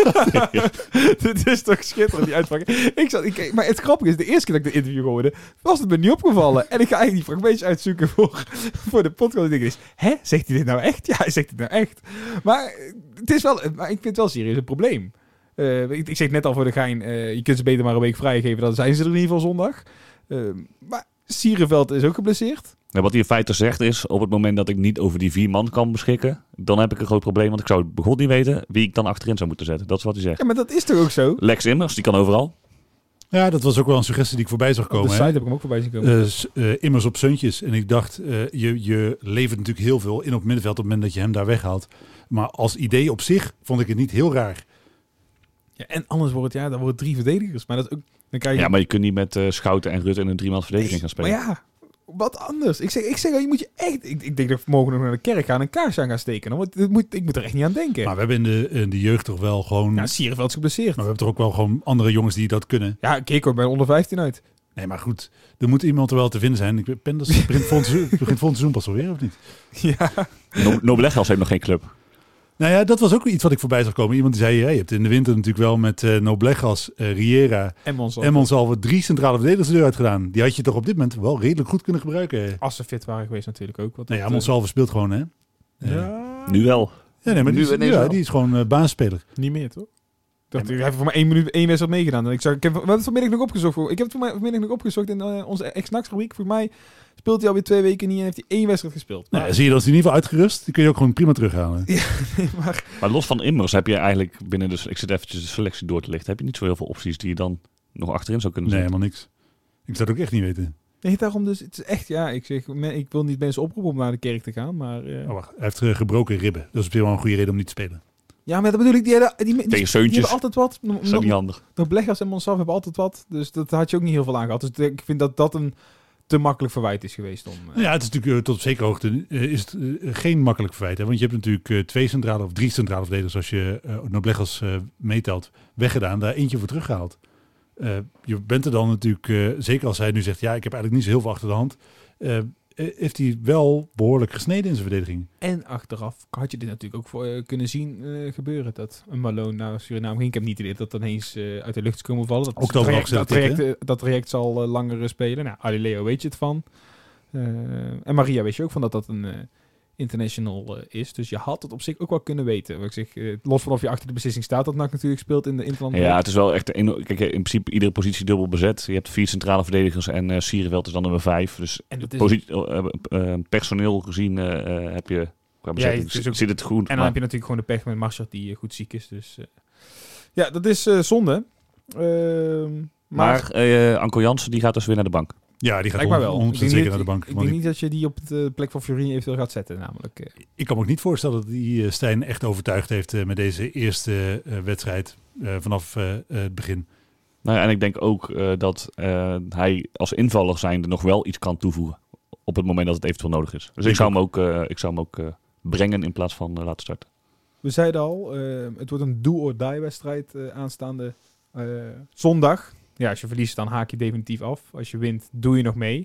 Dit is toch schitterend, die uitspraak. Ik zat, ik, maar het grappige is, de eerste keer dat ik de interview hoorde, was het me niet opgevallen. En ik ga eigenlijk die fragmentjes uitzoeken voor, voor de podcast. En ik denk, hè, zegt hij dit nou echt? Ja, hij zegt dit nou echt. Maar, het is wel, maar ik vind het wel serieus een probleem. Uh, ik, ik zeg net al voor de gein, uh, je kunt ze beter maar een week vrijgeven, dan zijn ze er in ieder geval zondag. Uh, maar Sierenveld is ook geblesseerd. Ja, wat hij in feite zegt is, op het moment dat ik niet over die vier man kan beschikken, dan heb ik een groot probleem, want ik zou het begon niet weten wie ik dan achterin zou moeten zetten. Dat is wat hij zegt. Ja, maar dat is toch ook zo? Lex Immers, die kan overal. Ja, dat was ook wel een suggestie die ik voorbij zag Op komen. de hè. site heb ik hem ook voorbij zien komen. Uh, s- uh, Immers op Seuntjes. En ik dacht, uh, je, je levert natuurlijk heel veel in op het middenveld op het moment dat je hem daar weghaalt. Maar als idee op zich vond ik het niet heel raar. Ja, en anders wordt het, ja, dan worden het drie verdedigers. Maar dat is ook, dan krijg je... Ja, maar je kunt niet met uh, Schouten en Rutte in een driemand verdediging gaan spelen. Maar ja, wat anders. Ik zeg, ik zeg al, je moet je echt... Ik, ik denk dat we morgen nog naar de kerk gaan en een kaars aan gaan steken. Dan moet, dit moet, ik moet er echt niet aan denken. Maar we hebben in de, in de jeugd toch wel gewoon... Ja, Sierenveld is geblesseerd. Maar we hebben toch ook wel gewoon andere jongens die dat kunnen. Ja, Keko bij onder vijftien uit. Nee, maar goed. Er moet iemand er wel te vinden zijn. Ik ben, Penders begint volgend seizoen, begint volgend seizoen pas alweer, of niet? Ja. No- Noblegas heeft nog geen club. Nou ja, dat was ook iets wat ik voorbij zag komen. Iemand die zei, hey, je hebt in de winter natuurlijk wel met uh, Noblegas, uh, Riera En Monsalve. en Monsalve drie centrale verdedigers de deur uitgedaan. Die had je toch op dit moment wel redelijk goed kunnen gebruiken. Als ze fit waren geweest natuurlijk ook. Want Nou ja, dat, Monsalve speelt gewoon, hè? uh, ja, Nu wel. Ja, nee, maar die Nu is, ineens ja, wel. die is gewoon uh, basisspeler. Niet meer, toch? Dat, hij heeft voor mij één minuut één wedstrijd meegedaan. En ik, zag, ik heb we hebben het vanmiddag nog opgezocht. Voor, ik heb het voor mij vanmiddag nog opgezocht in uh, onze ex-Nax-rubriek. Voor mij speelt hij alweer twee weken niet en heeft hij één wedstrijd gespeeld. Nou, Maar, zie je dat is in ieder geval uitgerust. Die kun je ook gewoon prima terughalen. nee, maar, Maar los van Immers heb je eigenlijk binnen de... Ik zit eventjes de selectie door te lichten. Heb je niet zo heel veel opties die je dan nog achterin zou kunnen Nee, zetten? helemaal niks. Ik zou het ook echt niet weten. nee, daarom dus. Het is echt, ja, ik zeg, men, ik wil niet mensen oproepen om naar de kerk te gaan. Maar, uh, Oh, wacht. Hij heeft uh, gebroken ribben. Dat is op zich wel een goede reden om niet te spelen. ja, maar dat bedoel ik. Die, die, die, die, Tegen die Seuntjes. hebben altijd wat. Dat is Nog, niet handig. nog Blegas en Monsaf hebben altijd wat. Dus dat had je ook niet heel veel aan gehad. Dus ik vind dat dat een te makkelijk verwijt is geweest om... Uh, Nou ja, het is natuurlijk uh, tot op zekere hoogte uh, is het uh, geen makkelijk verwijt. Hè? Want je hebt natuurlijk uh, twee centrale of drie centrale verdedigers als je uh, Noblegas uh, meetelt, weggedaan. Daar eentje voor teruggehaald. Uh, je bent er dan natuurlijk, uh, zeker als hij nu zegt, ja, ik heb eigenlijk niet zo heel veel achter de hand. Uh, heeft hij wel behoorlijk gesneden in zijn verdediging. En achteraf had je dit natuurlijk ook voor, uh, kunnen zien uh, gebeuren. Dat een Malone naar Suriname ging. Ik heb niet het idee dat dat ineens uh, uit de lucht is komen vallen. Dat, Ook dat traject, nog dat, gezegd, traject, uh, dat traject zal uh, langer uh, spelen. Nou, Alileo weet je het van. Uh, en Maria weet je ook van dat dat een uh, international uh, is. Dus je had het op zich ook wel kunnen weten. Wat ik zeg, uh, los van of je achter de beslissing staat, dat N A C natuurlijk speelt in de Interland. Ja, het is wel echt... Een, kijk, in principe iedere positie dubbel bezet. Je hebt vier centrale verdedigers en uh, Siereveld is dan nummer vijf. Dus En dat is- positie, uh, uh, personeel gezien uh, uh, heb je... Qua bezetting het is ook- zit het goed. En dan maar- heb je natuurlijk gewoon de pech met Marshall die uh, goed ziek is. Dus uh, ja, dat is uh, zonde. Uh, maar Maar uh, Anko Jansen die gaat dus weer naar de bank. Ja, die gaat lijkt mij wel. honderd Ik procent denk zeker niet- naar de bank. Ik Want denk ik, niet dat je die op de plek van Fiorini eventueel gaat zetten, namelijk. Uh, ik kan me ook niet voorstellen dat die uh, Stijn echt overtuigd heeft uh, met deze eerste uh, wedstrijd uh, vanaf uh, uh, het begin. Nou ja, en ik denk ook uh, dat uh, hij als invaller zijnde nog wel iets kan toevoegen. Op het moment dat het eventueel nodig is. Dus ik Denk zou hem ook, uh, ik zou hem ook uh, brengen in plaats van uh, laten starten. We zeiden al, uh, het wordt een do-or-die wedstrijd uh, aanstaande uh, zondag. Ja, als je verliest, dan haak je definitief af. Als je wint, doe je nog mee.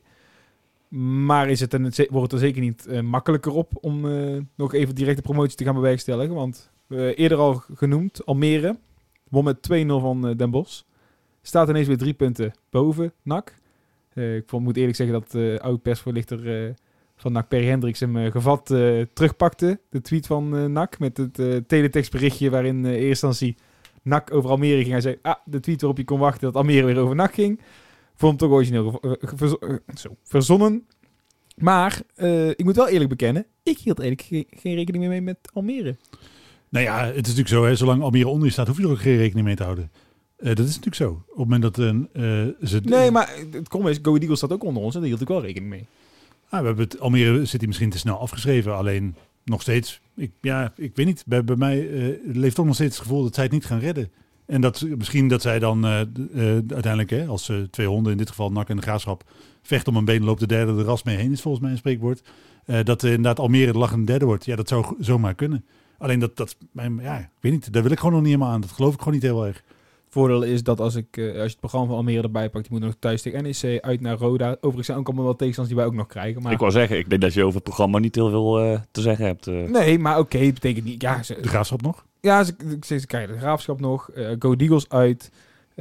Maar is het een, wordt het er zeker niet uh, makkelijker op om uh, nog even direct de promotie te gaan bewerkstelligen. Want uh, eerder al genoemd, Almere won met twee nul van uh, Den Bosch. Staat ineens weer drie punten boven N A C. Uh, ik vond, moet eerlijk zeggen dat uh, oud-persvoorlichter uh, van N A C, Perry Hendricks, hem uh, gevat uh, terugpakte. De tweet van uh, N A C met het uh, teletextberichtje waarin uh, in eerste instantie N A C over Almere ging. Hij zei, ah, de tweet waarop je kon wachten dat Almere weer over N A C ging. Vond hem toch origineel uh, verz uh, zo, verzonnen. Maar uh, ik moet wel eerlijk bekennen, ik hield eigenlijk ge geen rekening meer mee met Almere. Nou ja, het is natuurlijk zo, hè, zolang Almere onder je staat, hoef je er ook geen rekening mee te houden. Uh, dat is natuurlijk zo. Op het moment dat een... Uh, ze Nee, maar het kom is, Go Ahead Eagles staat ook onder ons en daar hield ik wel rekening mee. Ah, we hebben het, Almere zit hij misschien te snel afgeschreven, alleen nog steeds, ik, ja, ik weet niet, bij, bij mij uh, leeft toch nog steeds het gevoel dat zij het niet gaan redden. En dat misschien dat zij dan uh, uh, uiteindelijk, hè, als uh, twee honden, in dit geval N A C en de Graafschap, vecht om een been, loopt de derde de ras mee heen, is volgens mij een spreekwoord. Uh, dat uh, inderdaad Almere de lachende derde wordt. Ja, dat zou zomaar kunnen. Alleen dat, dat mijn, ja, ik weet niet, daar wil ik gewoon nog niet helemaal aan. Dat geloof ik gewoon niet heel erg. Voordeel is dat als, ik, uh, als je het programma van Almere erbij pakt, die moet nog thuis tegen N E C, uit naar Roda. Overigens zijn ook allemaal wel tegenstanders die wij ook nog krijgen. Maar... Ik wou zeggen, ik denk dat je over het programma niet heel veel uh, te zeggen hebt. Uh. Nee, maar oké, okay, betekent niet... Ja, ze, de Graafschap nog? Ja, ze, ze, ze krijgen de Graafschap nog. Uh, Go Ahead Eagles uit. Uh,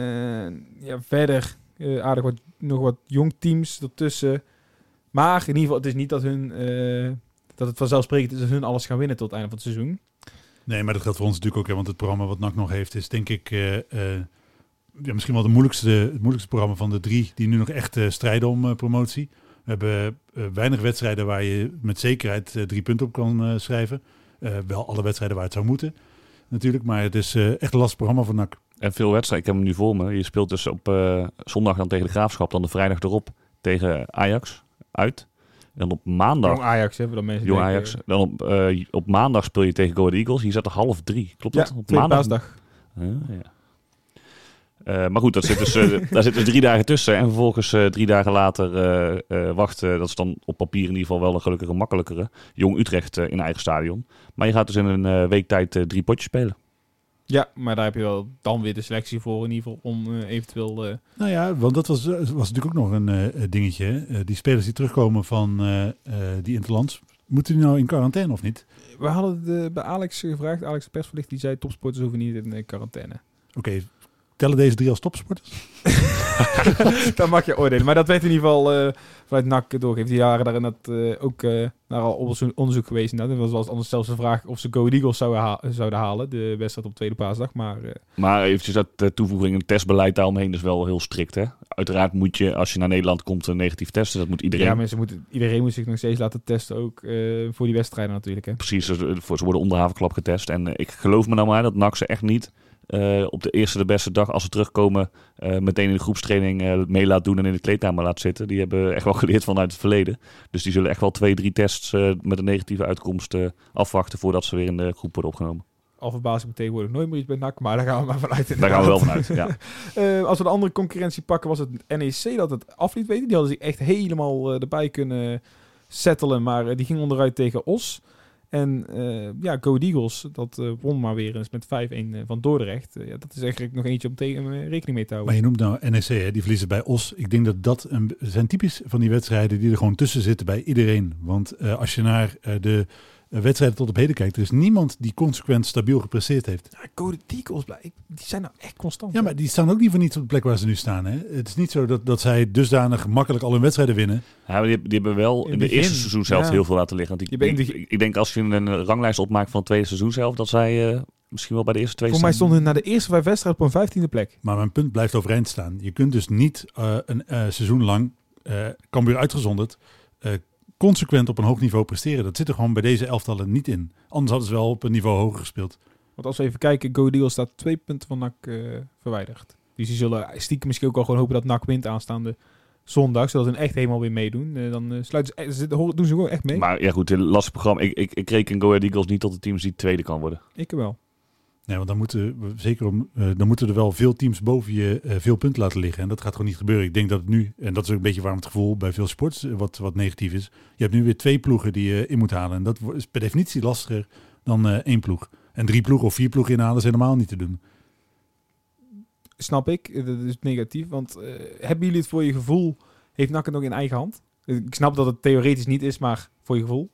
ja, verder uh, aardig wat, nog wat jong teams ertussen. Maar in ieder geval, het is niet dat hun... Uh, dat het vanzelfsprekend is dat hun alles gaan winnen tot het einde van het seizoen. Nee, maar dat geldt voor ons natuurlijk ook. Hè, want het programma wat N A C nog heeft is denk ik... Uh, uh, ja, misschien wel de moeilijkste, het moeilijkste programma van de drie die nu nog echt uh, strijden om uh, promotie. We hebben uh, weinig wedstrijden waar je met zekerheid uh, drie punten op kan uh, schrijven. Uh, wel alle wedstrijden waar het zou moeten, natuurlijk. Maar het is uh, echt een lastig programma voor N A C. En veel wedstrijden, ik heb hem nu voor me. Je speelt dus op uh, zondag dan tegen de Graafschap, dan de vrijdag erop tegen Ajax uit. En dan op maandag... Jong Ajax, hè, voor dat mensen Jong denken, Ajax. Dan op, uh, op maandag speel je tegen Go Ahead Eagles. Hier zat er half drie. Klopt ja, dat? Op tweede maandag. paasdag. Uh, ja. Uh, maar goed, dat zit dus, uh, daar zitten dus drie dagen tussen. En vervolgens uh, drie dagen later uh, uh, wachten. Dat is dan op papier in ieder geval wel een gelukkige makkelijkere. Jong Utrecht uh, in eigen stadion. Maar je gaat dus in een uh, week tijd uh, drie potjes spelen. Ja, maar daar heb je wel dan weer de selectie voor in ieder geval om uh, eventueel... Uh... Nou ja, want dat was, was natuurlijk ook nog een uh, dingetje. Uh, die spelers die terugkomen van uh, uh, die interlands, moeten die nou in quarantaine of niet? We hadden het uh, bij Alex gevraagd. Alex de persverlicht, die zei topsporters hoeven niet in uh, quarantaine. Oké, okay. Tellen deze drie als topsporters? Dat mag je oordelen. Maar dat werd in ieder geval uh, vanuit N A C doorgegeven. Die jaren daarin dat, uh, ook uh, naar al onderzoek geweest. Nou, dat was wel anders zelfs de vraag of ze Go Ahead Eagles zouden, ha- zouden halen. De wedstrijd op tweede paasdag. Maar, uh, maar eventjes dat uh, toevoeging, een testbeleid daaromheen is wel heel strikt. Hè? Uiteraard moet je, als je naar Nederland komt, een negatief testen. Dat moet iedereen. Ja, mensen moeten, iedereen moet zich nog steeds laten testen. Ook uh, voor die wedstrijden natuurlijk. Hè? Precies, ze worden onder havenklap getest. En uh, ik geloof me nou maar dat N A C ze echt niet... Uh, op de eerste de beste dag als ze terugkomen uh, meteen in de groepstraining uh, mee laat doen en in de kleedkamer laat zitten. Die hebben echt wel geleerd vanuit het verleden. Dus die zullen echt wel twee, drie tests uh, met een negatieve uitkomst uh, afwachten voordat ze weer in de groep worden opgenomen. Al verbaas ik me tegenwoordig nooit meer iets bij N A C, maar daar gaan we maar vanuit. Daar gaan we wel vanuit, ja. uh, als we de andere concurrentie pakken, was het N E C dat het af liet weten. Die hadden zich echt helemaal uh, erbij kunnen settelen, maar uh, die ging onderuit tegen Os. En uh, ja, Go Ahead Eagles, dat uh, won maar weer eens met vijf-een uh, van Dordrecht. Uh, ja, dat is eigenlijk nog eentje om tegen uh, rekening mee te houden. Maar je noemt nou N E C, hè? Die verliezen bij Os. Ik denk dat dat een, zijn typisch van die wedstrijden die er gewoon tussen zitten bij iedereen. Want uh, als je naar uh, de uh, wedstrijden tot op heden kijkt, er is niemand die consequent stabiel gepresteerd heeft. Ja, Go Ahead Eagles, die zijn nou echt constant. Ja, maar die staan ook niet voor niets op de plek waar ze nu staan. Hè? Het is niet zo dat, dat zij dusdanig makkelijk al hun wedstrijden winnen. Ja, maar die, die hebben wel in, in de eerste seizoen zelf ja. heel veel laten liggen. Want ik, ik, ik, ik denk als je een ranglijst opmaakt van het tweede seizoen zelf, dat zij uh, misschien wel bij de eerste twee Voor mij stonden na de eerste vijf wedstrijden op een vijftiende plek. Maar mijn punt blijft overeind staan. Je kunt dus niet uh, een uh, seizoen lang, uh, Cambuur uitgezonderd, uh, consequent op een hoog niveau presteren. Dat zit er gewoon bij deze elftallen niet in. Anders hadden ze wel op een niveau hoger gespeeld. Want als we even kijken, Go Ahead Eagles staat twee punten van N A C uh, verwijderd. Dus die zullen stiekem misschien ook al gewoon hopen dat N A C wint aanstaande zondag, zodat ze echt helemaal weer meedoen. Uh, dan uh, sluiten ze, doen ze gewoon echt mee. Maar ja goed, een lastig programma. Ik, ik, ik reken Go Ahead Eagles niet tot de teams die tweede kan worden. Ik wel. Nee, want dan moeten we zeker om, uh, dan moeten er wel veel teams boven je uh, veel punten laten liggen. En dat gaat gewoon niet gebeuren. Ik denk dat het nu, en dat is ook een beetje waarom het gevoel bij veel sports uh, wat, wat negatief is. Je hebt nu weer twee ploegen die je uh, in moet halen. En dat is per definitie lastiger dan uh, één ploeg. En drie ploegen of vier ploegen inhalen is helemaal niet te doen. Snap ik. Dat is negatief. Want uh, hebben jullie het voor je gevoel, heeft N A C het nog in eigen hand? Ik snap dat het theoretisch niet is, maar voor je gevoel?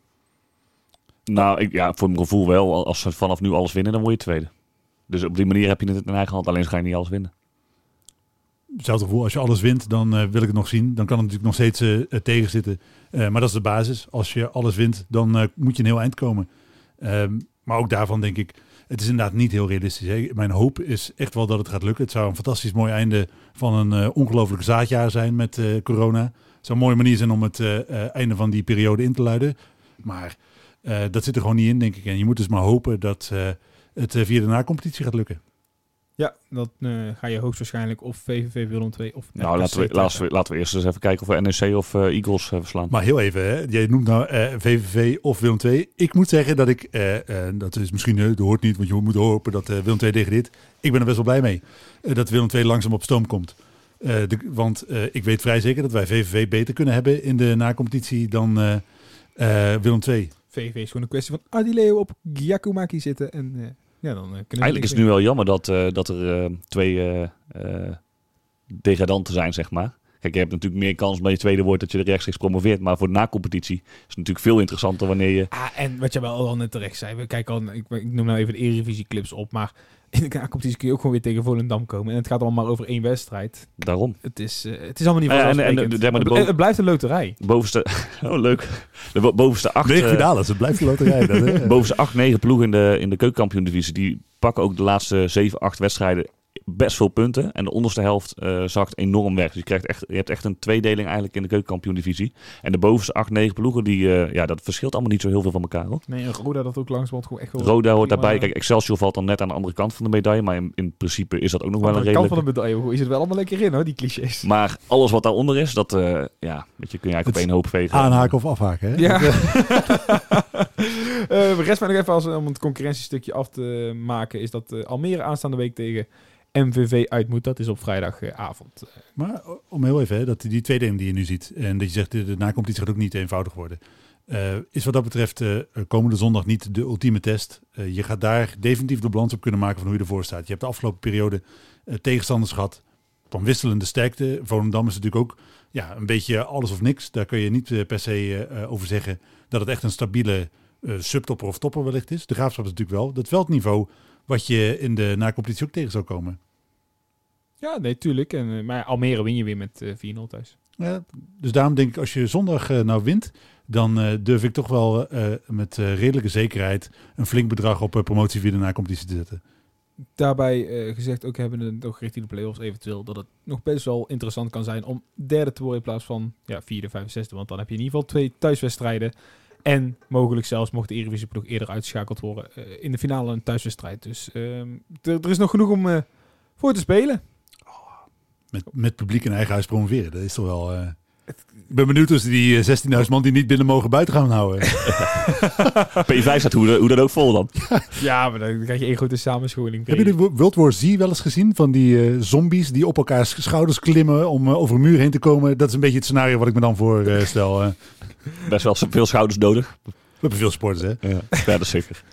Nou, ik, ja, voor mijn gevoel wel. Als ze vanaf nu alles winnen, dan word je tweede. Dus op die manier heb je het in eigen hand. Alleen ga je niet alles winnen. Hetzelfde gevoel. Als je alles wint, dan uh, wil ik het nog zien. Dan kan het natuurlijk nog steeds uh, tegenzitten. Uh, maar dat is de basis. Als je alles wint, dan uh, moet je een heel eind komen. Um, maar ook daarvan denk ik, het is inderdaad niet heel realistisch. Hè? Mijn hoop is echt wel dat het gaat lukken. Het zou een fantastisch mooi einde van een uh, ongelooflijk zaadjaar zijn met uh, corona. Het zou een mooie manier zijn om het uh, uh, einde van die periode in te luiden. Maar uh, dat zit er gewoon niet in, denk ik. En je moet dus maar hopen dat uh, het uh, via de na-competitie gaat lukken. Ja, dan uh, ga je hoogstwaarschijnlijk of V V V Willem twee of... Nou, laten we, laten, we, laten we eerst eens even kijken of we N E C of uh, Eagles uh, verslaan. Maar heel even, hè? Jij noemt nou uh, V V V of Willem twee. Ik moet zeggen dat ik, uh, uh, dat is misschien, uh, dat hoort niet, want je moet hopen dat uh, Willem twee degradeert. Ik ben er best wel blij mee uh, dat Willem twee langzaam op stoom komt. Uh, de, want uh, ik weet vrij zeker dat wij V V V beter kunnen hebben in de na-competitie dan uh, uh, Willem twee. V V V is gewoon een kwestie van Adileo op Giacomakki zitten en... Uh... Ja, dan, uh, eigenlijk is het nu wel jammer dat, uh, dat er uh, twee uh, uh, degradanten zijn, zeg maar. Kijk, je hebt natuurlijk meer kans bij je tweede wordt dat je er rechtstreeks promoveert. Maar voor de na-competitie is het natuurlijk veel interessanter wanneer je... Ah, en wat je wel al net terecht zei. We kijken al, ik, ik noem nou even de Eredivisie-clips op. Maar in de na-competitie kun je ook gewoon weer tegen Volendam komen. En het gaat allemaal maar over één wedstrijd. Daarom. Het is, uh, het is allemaal niet vanzelfsprekend. Uh, en, en, de, de, de, de, het, het blijft een loterij. Bovenste... Oh, leuk. De bovenste acht... Negen finales, het blijft een loterij. Dat, hè? Bovenste acht, negen ploegen in de, in de keukenkampioen-divisie. Die pakken ook de laatste zeven, acht wedstrijden best veel punten. En de onderste helft uh, zakt enorm weg. Dus je, krijgt echt, je hebt echt een tweedeling eigenlijk in de keukenkampioen-divisie. En de bovenste acht, negen ploegen, die, uh, ja, dat verschilt allemaal niet zo heel veel van elkaar, hoor. Nee, en Roda dat ook langs wordt gewoon echt wel... Roda hoort daarbij. Kijk, Excelsior valt dan net aan de andere kant van de medaille. Maar in, in principe is dat ook nog wel een redelijk... De kant van de medaille, hoe is het wel allemaal lekker in, hoor, die clichés. Maar alles wat daaronder is, dat uh, ja, weet je, kun je eigenlijk op één hoop vegen. Aanhaken of afhaken, hè? Ja. uh, rest mij nog even als, om het concurrentiestukje af te maken, is dat uh, Almere aanstaande week tegen M V V uit moet. Dat is op vrijdagavond. Maar om heel even, hè, dat die tweedeling die je nu ziet en dat je zegt de, de nacompetitie gaat ook niet eenvoudig worden. Uh, is wat dat betreft uh, komende zondag niet de ultieme test. Uh, je gaat daar definitief de balans op kunnen maken van hoe je ervoor staat. Je hebt de afgelopen periode uh, tegenstanders gehad van wisselende sterkte. Volendam is natuurlijk ook ja, een beetje alles of niks. Daar kun je niet uh, per se uh, over zeggen dat het echt een stabiele uh, subtopper of topper wellicht is. De Graafschap is natuurlijk wel. Dat veldniveau wat je in de na-competitie ook tegen zou komen. Ja, nee, tuurlijk. En, uh, maar Almere win je weer met uh, vier nul thuis. Ja, dus daarom denk ik, als je zondag uh, nou wint, dan uh, durf ik toch wel uh, met uh, redelijke zekerheid een flink bedrag op uh, promotie via de na-competitie te zetten. Daarbij uh, gezegd ook hebben we toch richting de play-offs eventueel dat het nog best wel interessant kan zijn om derde te worden in plaats van ja, vierde, vijfde, zesde. Want dan heb je in ieder geval twee thuiswedstrijden. En mogelijk zelfs mocht de Eredivisie-ploeg eerder uitgeschakeld worden uh, in de finale een thuiswedstrijd. Dus uh, er is nog genoeg om uh, voor te spelen. Met, met publiek in eigen huis promoveren, dat is toch wel... Uh... Ik ben benieuwd of die uh, zestienduizend man die niet binnen mogen buiten gaan houden. P vijf staat hoe, hoe dan ook vol dan. Ja, maar dan krijg je één grote samenscholing. Heb je de World War Z wel eens gezien? Van die uh, zombies die op elkaars schouders klimmen om uh, over een muur heen te komen. Dat is een beetje het scenario wat ik me dan voorstel. Uh, uh. Best wel veel schouders nodig. We hebben veel sporters, hè? Ja, ja dat is zeker.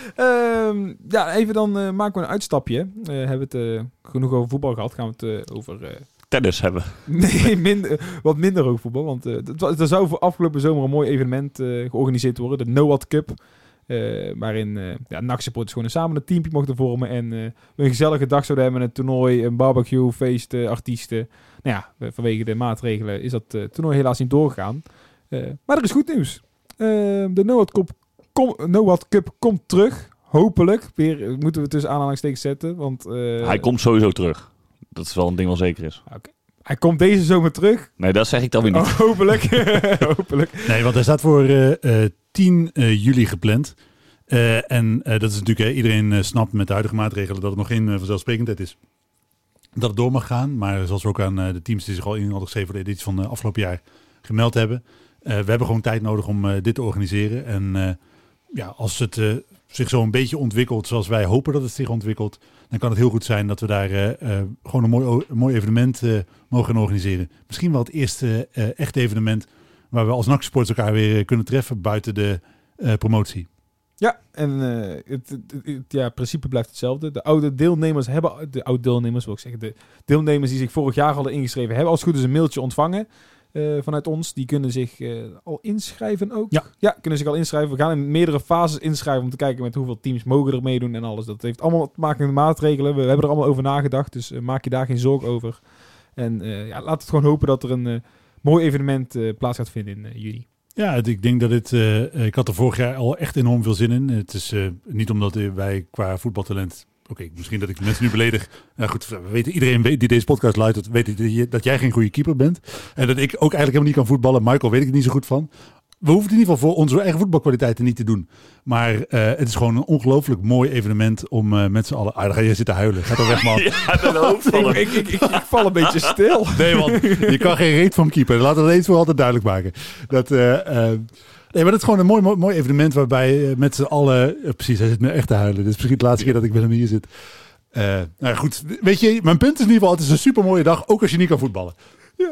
uh, ja, even dan uh, maken we een uitstapje. Uh, hebben we het uh, genoeg over voetbal gehad. Gaan we het uh, over... Uh, tennis hebben. Nee, minder, wat minder over voetbal. Want uh, er zou voor afgelopen zomer een mooi evenement uh, georganiseerd worden. De NOAD Cup. Uh, waarin uh, ja, N A C-supporters gewoon samen een teampje mochten vormen. En uh, we een gezellige dag zouden hebben. Een toernooi, een barbecue, feesten, artiesten. Nou ja, vanwege de maatregelen is dat uh, toernooi helaas niet doorgegaan. Uh, maar er is goed nieuws. Uh, de NOAD Cup, kom, NOAD Cup komt terug. Hopelijk. Weer uh, moeten we tussen aanhalingstekens zetten. Want, uh, Hij komt sowieso terug. Dat is wel een ding wat zeker is. Okay. Hij komt deze zomer terug. Nee, dat zeg ik dan weer niet. Oh, hopelijk. hopelijk. Nee, want hij staat voor uh, uh, tien uh, juli gepland. Uh, en uh, dat is natuurlijk, uh, iedereen uh, snapt met de huidige maatregelen dat het nog geen uh, vanzelfsprekendheid is. Dat het door mag gaan. Maar zoals we ook aan uh, de teams die zich al in hadden geschreven voor de editie van uh, afgelopen jaar gemeld hebben. Uh, we hebben gewoon tijd nodig om uh, dit te organiseren. En uh, ja, als het uh, zich zo een beetje ontwikkelt zoals wij hopen dat het zich ontwikkelt, dan kan het heel goed zijn dat we daar uh, uh, gewoon een mooi, een mooi evenement uh, mogen organiseren. Misschien wel het eerste uh, echte evenement waar we als N A C-supporters elkaar weer kunnen treffen buiten de uh, promotie. Ja, en uh, het, het, het ja, principe blijft hetzelfde. De oude deelnemers hebben, de oude deelnemers wil ik zeggen, de deelnemers die zich vorig jaar hadden ingeschreven, hebben als het goed is een mailtje ontvangen uh, vanuit ons. Die kunnen zich uh, al inschrijven ook. Ja. ja, kunnen zich al inschrijven. We gaan in meerdere fases inschrijven om te kijken met hoeveel teams mogen er meedoen en alles. Dat heeft allemaal te maken met de maatregelen. We hebben er allemaal over nagedacht, dus uh, maak je daar geen zorg over. En uh, ja, laat het gewoon hopen dat er een uh, mooi evenement uh, plaats gaat vinden in uh, juni. Ja, ik denk dat dit... Uh, ik had er vorig jaar al echt enorm veel zin in. Het is uh, niet omdat wij qua voetbaltalent... Oké, okay, misschien dat ik mensen nu beledig. Nou goed, we weten, iedereen weet, die deze podcast luistert, weet dat, je, dat jij geen goede keeper bent. En dat ik ook eigenlijk helemaal niet kan voetballen. Michael weet ik er niet zo goed van. We hoeven in ieder geval voor onze eigen voetbalkwaliteiten niet te doen. Maar uh, het is gewoon een ongelooflijk mooi evenement om uh, met z'n allen... Ah, dan ga je zitten huilen. Ga toch weg, man. Ja, dat hoofd ik, ik, ik, ik, ik val een beetje stil. Nee, man. Je kan geen reet van keeper. Laten we dat eens voor altijd duidelijk maken. Dat... Uh, uh, Nee, maar dat is gewoon een mooi, mooi, mooi evenement waarbij uh, met z'n allen... Uh, precies, hij zit me echt te huilen. Dit is misschien de laatste keer dat ik met hem hier zit. Uh, nou ja, goed. Weet je, mijn punt is in ieder geval... Het is een super mooie dag, ook als je niet kan voetballen. Ja.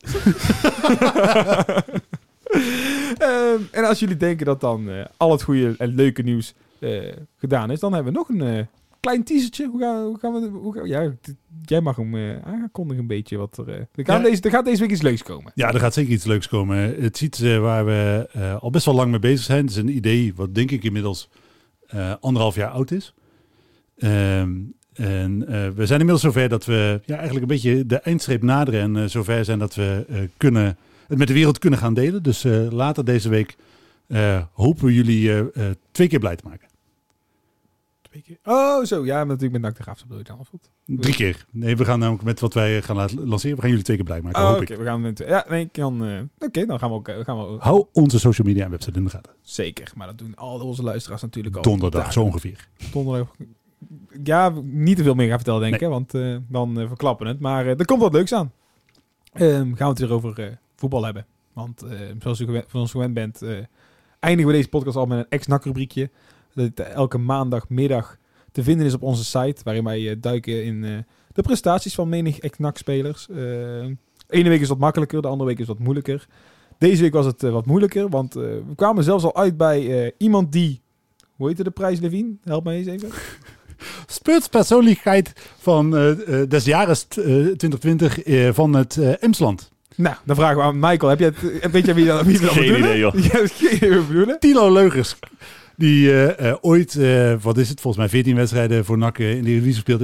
um, en als jullie denken dat dan uh, al het goede en leuke nieuws uh, gedaan is... dan hebben we nog een uh, klein teasertje. Hoe gaan, hoe gaan we... Hoe gaan, ja, t- jij mag hem uh, aankondigen een beetje. Wat er, uh, er, gaan ja. deze, er gaat deze week iets leuks komen. Ja, er gaat zeker iets leuks komen. Het is iets uh, waar we uh, al best wel lang mee bezig zijn. Het is een idee wat denk ik inmiddels uh, anderhalf jaar oud is. Um, en uh, we zijn inmiddels zover dat we ja, eigenlijk een beetje de eindstreep naderen. En uh, zover zijn dat we uh, kunnen, het met de wereld kunnen gaan delen. Dus uh, later deze week uh, hopen we jullie uh, uh, twee keer blij te maken. Twee keer? Oh, zo. Ja, natuurlijk met N A C de Graafschap bedoel je dan. Drie keer. Nee, we gaan namelijk met wat wij gaan laten lanceren. We gaan jullie twee keer blij maken, Oh, hoop oké. ik. Okay, we gaan met... Ja, nee, ik kan... Uh, Oké, okay, dan gaan we ook... Uh, gaan we ook Hou onze social media en website in de gaten. Zeker, maar dat doen al onze luisteraars natuurlijk al. Donderdag, dagen. zo ongeveer. Donderdag. Ja, niet te veel meer gaan vertellen, denk ik. Nee. Hè, want uh, dan uh, verklappen het. Maar uh, er komt wat leuks aan. Um, gaan we het weer over uh, voetbal hebben. Want uh, zoals u gewend, van ons gewend bent... Uh, eindigen we deze podcast al met een ex-N A C rubriekje. Dat uh, elke maandagmiddag te vinden is op onze site. Waarin wij uh, duiken in uh, de prestaties van menig ex-N A C-spelers. Uh, de ene week is wat makkelijker, de andere week is wat moeilijker. Deze week was het uh, wat moeilijker. Want uh, we kwamen zelfs al uit bij uh, iemand die... Hoe heette de prijs, Levine? Help mij eens even. Speurspersoonlijkheid van uh, uh, des jaren uh, twintig twintig uh, van het uh, Emsland. Nou, dan vragen we aan Michael. Heb je het, weet je wie dat wie we dat Geen bedoelen? idee, joh. Ja, geen idee wat we bedoelen. Tilo Leugers. Die uh, uh, ooit, uh, wat is het, volgens mij veertien wedstrijden voor N A C uh, in de Eredivisie gespeeld heeft.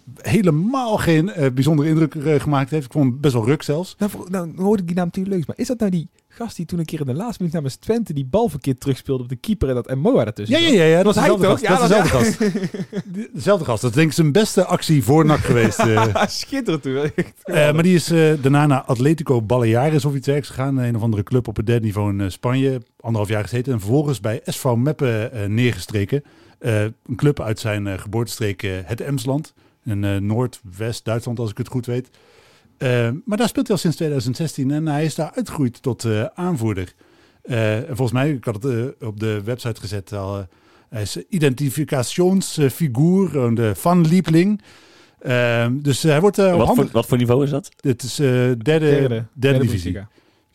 helemaal geen uh, bijzondere indruk uh, gemaakt heeft. Ik vond hem best wel ruk zelfs. Nou, voor, nou hoorde ik die naam natuurlijk leuk. Maar is dat nou die gast die toen een keer in de laatste minuut namens Twente die bal verkeerd terugspeelde op de keper en dat Emoa daartussen Ja, ja, ja, ja, dat is hij dezelfde toch? gast. Ja, dat is dat- dezelfde gast. Dezelfde gast. Dat is denk ik zijn beste actie voor N A C geweest. Uh. Schitterend toen. Echt. Uh, maar die is uh, daarna naar Atletico Baleares of iets dergelijks gegaan. Een of andere club op het derde niveau in uh, Spanje. Anderhalf jaar gezeten. En vervolgens bij S V Meppen uh, neergestreken. Uh, een club uit zijn uh, geboortestreek uh, het Emsland. In uh, Noordwest-Duitsland als ik het goed weet. Uh, maar daar speelt hij al sinds twintig zestien. En hij is daar uitgegroeid tot uh, aanvoerder. Uh, en volgens mij, ik had het uh, op de website gezet al. Uh, hij is identificationsfiguur, de fanliebling. Uh, dus uh, hij wordt uh, op Wat handen... voor, wat voor niveau is dat? Dit is uh, derde, derde, derde divisie. Bundesliga.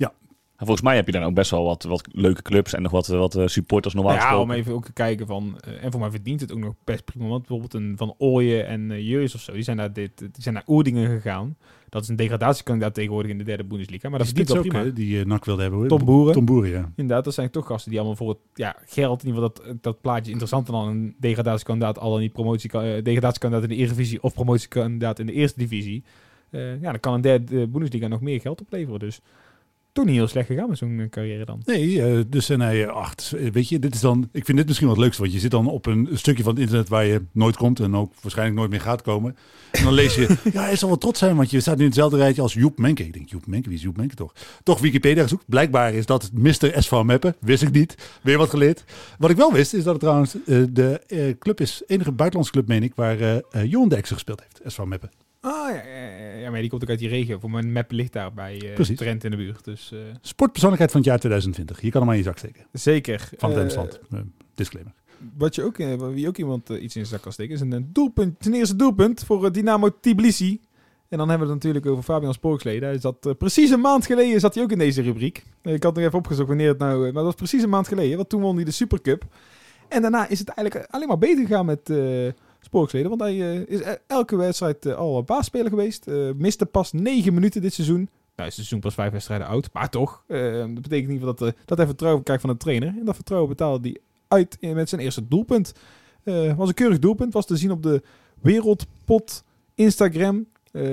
En volgens mij heb je dan ook best wel wat, wat leuke clubs en nog wat, wat uh, supporters normaal Ja, gesproken. om even ook te kijken van... Uh, en voor mij verdient het ook nog best prima. Want bijvoorbeeld een Van Ooyen en uh, Jurjes of zo... Die zijn, naar dit, die zijn naar Oerdingen gegaan. Dat is een degradatiekandidaat tegenwoordig in de derde Bundesliga. Maar dat Die verdient spits wel ook, prima. hè, die uh, N A C wilde hebben. Hoor. Tom Boeren. Tom Boeren, ja. Inderdaad, dat zijn toch gasten die allemaal voor het ja, geld... In ieder geval dat, dat plaatje interessanter dan een degradatiekandidaat... al dan niet promotie, uh, degradatiekandidaat in de Eredivisie... of promotiekandidaat in de Eerste Divisie. Uh, ja, dan kan een derde uh, Bundesliga nog meer geld opleveren. Dus toch niet heel slecht gegaan met zo'n uh, carrière dan. Nee, uh, dus en hij, ach, weet je, dit is dan, ik vind dit misschien wel het leukste, want je zit dan op een stukje van het internet waar je nooit komt en ook waarschijnlijk nooit meer gaat komen. En dan lees je, ja, hij zal wel trots zijn, want je staat nu in hetzelfde rijtje als Joep Menke. Ik denk, Joep Menke, wie is Joep Menke toch? Toch Wikipedia gezoekt. Blijkbaar is dat mister S V Meppen. Wist ik niet. Weer wat geleerd. Wat ik wel wist, is dat het trouwens uh, de uh, club is, enige buitenlandse club, meen ik, waar uh, uh, Johan Derksen gespeeld heeft. S V Meppen. Ah, ja, ja, ja, maar die komt ook uit die regio. Voor mijn map ligt daar bij uh, Trent in de buurt. Dus, uh... Sportpersoonlijkheid van het jaar twintig twintig. Je kan hem aan je zak steken. Zeker. Van het uh, Emsland. Uh, disclaimer. Wat je ook, uh, wie ook iemand uh, iets in zijn zak kan steken, is een, een doelpunt. Zijn eerste doelpunt voor uh, Dynamo Tbilisi. En dan hebben we het natuurlijk over Fabian Sporksleden. Hij zat uh, precies een maand geleden zat hij ook in deze rubriek. Uh, ik had nog even opgezocht wanneer het nou... Uh, maar dat was precies een maand geleden. Want toen won hij de Supercup. En daarna is het eigenlijk alleen maar beter gegaan met... Uh, Sporksleden, want hij uh, is elke wedstrijd uh, al baasspeler geweest. Uh, miste pas negen minuten dit seizoen. Nou, is het seizoen pas vijf wedstrijden oud, maar toch. Uh, dat betekent in ieder geval dat, uh, dat hij vertrouwen krijgt van de trainer. En dat vertrouwen betaalde hij uit in, met zijn eerste doelpunt. Uh, was een keurig doelpunt, was te zien op de Wereldpot Instagram.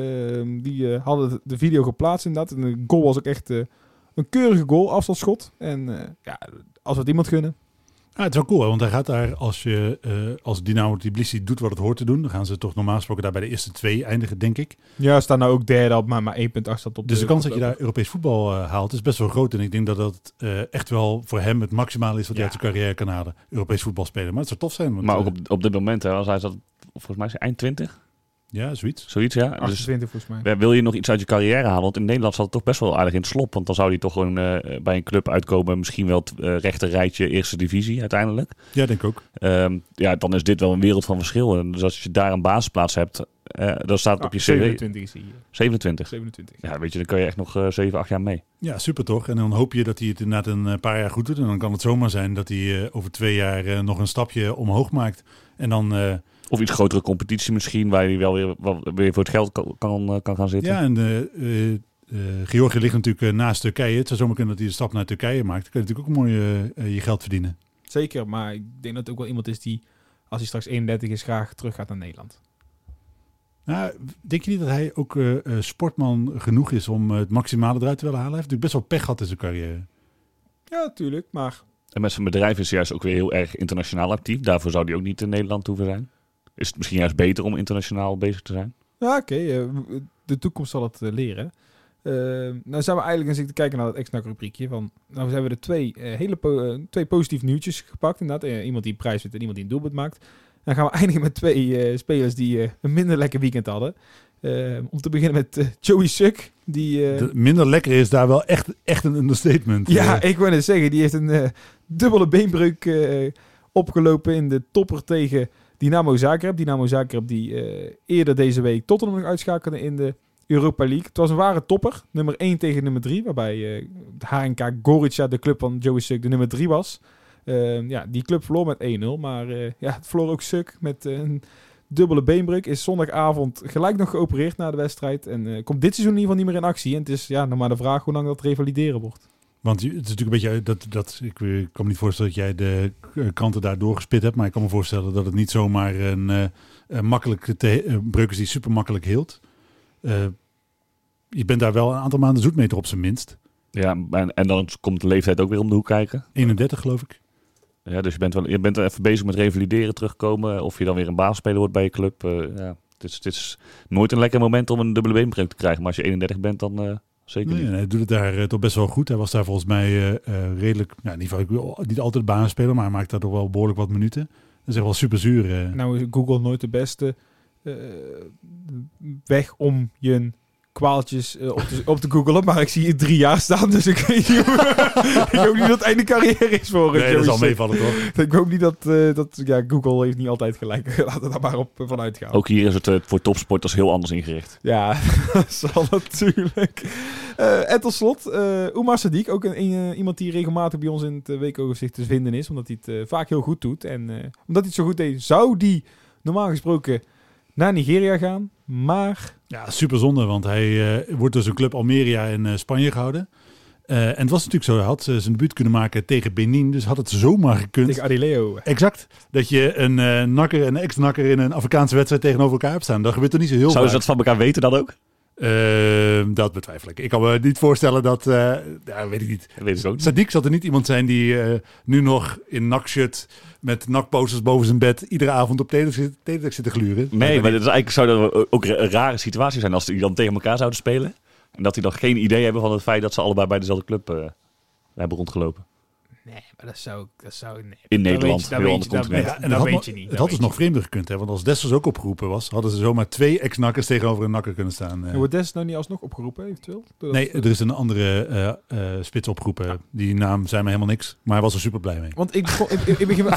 Uh, die uh, hadden de video geplaatst inderdaad. En de goal was ook echt uh, een keurige goal, afstandsschot. En uh, ja, als we het iemand gunnen. Ah, het is wel cool, hè? Want hij gaat daar, als je uh, als Dynamo Tbilisi doet wat het hoort te doen, dan gaan ze toch normaal gesproken daar bij de eerste twee eindigen, denk ik. Ja, staan nou ook derde op, maar maar één punt achterstand op. Dus de, de kans op dat je daar Europees voetbal uh, haalt is best wel groot. En ik denk dat dat uh, echt wel voor hem het maximale is wat Ja. hij uit zijn carrière kan halen. Europees voetbal spelen. Maar het zou tof zijn. Want, Maar ook uh, op, op dit moment, hè, als hij zat, volgens mij is hij eind twintig, ja, zoiets. zoiets, ja. Dus achtentwintig volgens mij. wil je nog iets uit je carrière halen? Want in Nederland zat het toch best wel aardig in het slop. Want dan zou hij toch gewoon uh, bij een club uitkomen. Misschien wel het uh, rechter rijtje eerste divisie uiteindelijk. Ja, denk ik ook. Um, ja, dan is dit wel een wereld van verschil. En dus als je daar een basisplaats hebt, uh, dan staat het op je cv. zevenentwintig is hij hier. zevenentwintig. zevenentwintig. Ja, weet je, dan kan je echt nog uh, zeven, acht jaar mee. Ja, super toch. En dan hoop je dat hij het inderdaad een paar jaar goed doet. En dan kan het zomaar zijn dat hij uh, over twee jaar uh, nog een stapje omhoog maakt. En dan... Uh, Of iets grotere competitie misschien, waar hij wel weer, wel, weer voor het geld kan, kan, kan gaan zitten. Ja, en uh, uh, uh, Georgië ligt natuurlijk uh, naast Turkije. Het zou zomaar kunnen dat hij de stap naar Turkije maakt. Dan kun je natuurlijk ook mooi uh, uh, je geld verdienen. Zeker, maar ik denk dat het ook wel iemand is die, als hij straks eenendertig is, graag terug gaat naar Nederland. Nou, denk je niet dat hij ook uh, uh, sportman genoeg is om uh, het maximale eruit te willen halen? Hij heeft natuurlijk best wel pech gehad in zijn carrière. Ja, natuurlijk, maar... En met zijn bedrijf is hij juist ook weer heel erg internationaal actief. Daarvoor zou hij ook niet in Nederland hoeven zijn. Is het misschien juist beter om internationaal bezig te zijn? Ja, oké. Okay, uh, de toekomst zal het uh, leren. Uh, nou zijn we eigenlijk eens te kijken naar het ex-N A C-rubriekje. Van, nou hebben we er twee, uh, hele po- uh, twee positieve nieuwtjes gepakt. Inderdaad. Uh, iemand die een prijs wint en iemand die een doelpunt maakt. Dan gaan we eindigen met twee uh, spelers die uh, een minder lekker weekend hadden. Uh, om te beginnen met uh, Joey Suk. Die, uh, De, minder lekker is daar wel echt, echt een understatement. Ja, uh, ik wou net zeggen. Die heeft een uh, dubbele beenbreuk uh, opgelopen in de topper tegen Dynamo Zagreb. Dynamo Zagreb die uh, eerder deze week Tottenham nog uitschakelde in de Europa League. Het was een ware topper. Nummer één tegen nummer drie. Waarbij uh, H N K Gorica, de club van Joey Suk, de nummer drie was. Uh, ja, die club verloor met één nul. Maar uh, ja, het verloor ook Suk met uh, een dubbele beenbreuk. Is zondagavond gelijk nog geopereerd na de wedstrijd. En uh, komt dit seizoen in ieder geval niet meer in actie. En het is ja, nog maar de vraag hoe lang dat revalideren wordt. Want je- het is natuurlijk een beetje... Dat, dat, ik, ik kan me niet voorstellen dat jij de eh, kranten daar doorgespit hebt. Maar ik kan me voorstellen dat het niet zomaar een, uh, een makkelijke te, uh, breuk is die super makkelijk heelt. Uh, je bent daar wel een aantal maanden zoetmeter op zijn minst. Ja, en, en dan komt de leeftijd ook weer om de hoek kijken. eenendertig geloof ik. Ja, dus je bent, wel, je bent er even bezig met revalideren, terugkomen. Of je dan weer een basisspeler wordt bij je club. Uh, ja, het, is, het is nooit een lekker moment om een dubbele beenbreuk te krijgen. Maar als je eenendertig bent, dan uh, zeker Nee, niet. hij doet het daar uh, toch best wel goed. Hij was daar volgens mij uh, uh, redelijk... Nou, in ieder geval ik, niet altijd basisspeler, maar hij maakt daar toch wel behoorlijk wat minuten. Dat is echt wel super zuur. Uh. Nou is Google nooit de beste uh, weg om je kwaaltjes uh, op, te, op te googlen. Maar ik zie hier drie jaar staan, dus ik weet niet hoe, ik hoop niet dat het einde carrière is voor Nee, dat zal meevallen toch? Ik hoop niet dat, uh, dat ja, Google heeft niet altijd gelijk. Laten we daar maar op uh, vanuit gaan. Ook hier is het uh, voor topsporters heel anders ingericht. Ja, dat zal natuurlijk. Uh, en tot slot, uh, Oumar Sadiq, ook een, een, uh, iemand die regelmatig bij ons in het uh, weekoverzicht te vinden is. Omdat hij het uh, vaak heel goed doet. En uh, omdat hij het zo goed deed, zou die normaal gesproken naar Nigeria gaan. Maar... Ja, super zonde, want hij uh, wordt door zijn club Almeria in uh, Spanje gehouden. Uh, en het was natuurlijk zo, hij had uh, zijn debuut kunnen maken tegen Benin. Dus had het zomaar gekund. Tegen Adileo. Exact. Dat je een uh, nakker en een ex-nakker in een Afrikaanse wedstrijd tegenover elkaar hebt staan. Dat gebeurt er niet zo heel Zouden ze vaak. dat van elkaar weten dan ook? Uh, dat betwijfel ik. Ik kan me niet voorstellen dat... Uh, ja, weet ik niet. Dat weet ik ook niet. Sadiq zal er niet iemand zijn die uh, nu nog in nakshirt met nakposters boven zijn bed iedere avond op teletext zit te gluren. Nee, maar dat is eigenlijk, zou dat ook een rare situatie zijn als die dan tegen elkaar zouden spelen. En dat die dan geen idee hebben van het feit dat ze allebei bij dezelfde club uh, hebben rondgelopen. Nee, maar dat zou... Dat zou nee. In Nederland, Dat heel weet ander je, dat continent. weet, Ja, je, en dat dat weet had, je niet. Het had dus nog vreemder gekund, hè? Want als Dessers ook opgeroepen was, hadden ze zomaar twee ex-nakkers tegenover een nakker kunnen staan. Uh. Wordt Des nou niet alsnog opgeropen, eventueel? Doordat- Nee, er is een andere uh, uh, spits opgeroepen. Ja. Die naam zei me helemaal niks, maar hij was er super blij mee. Want ik begon... ik, ik, ik begin wel...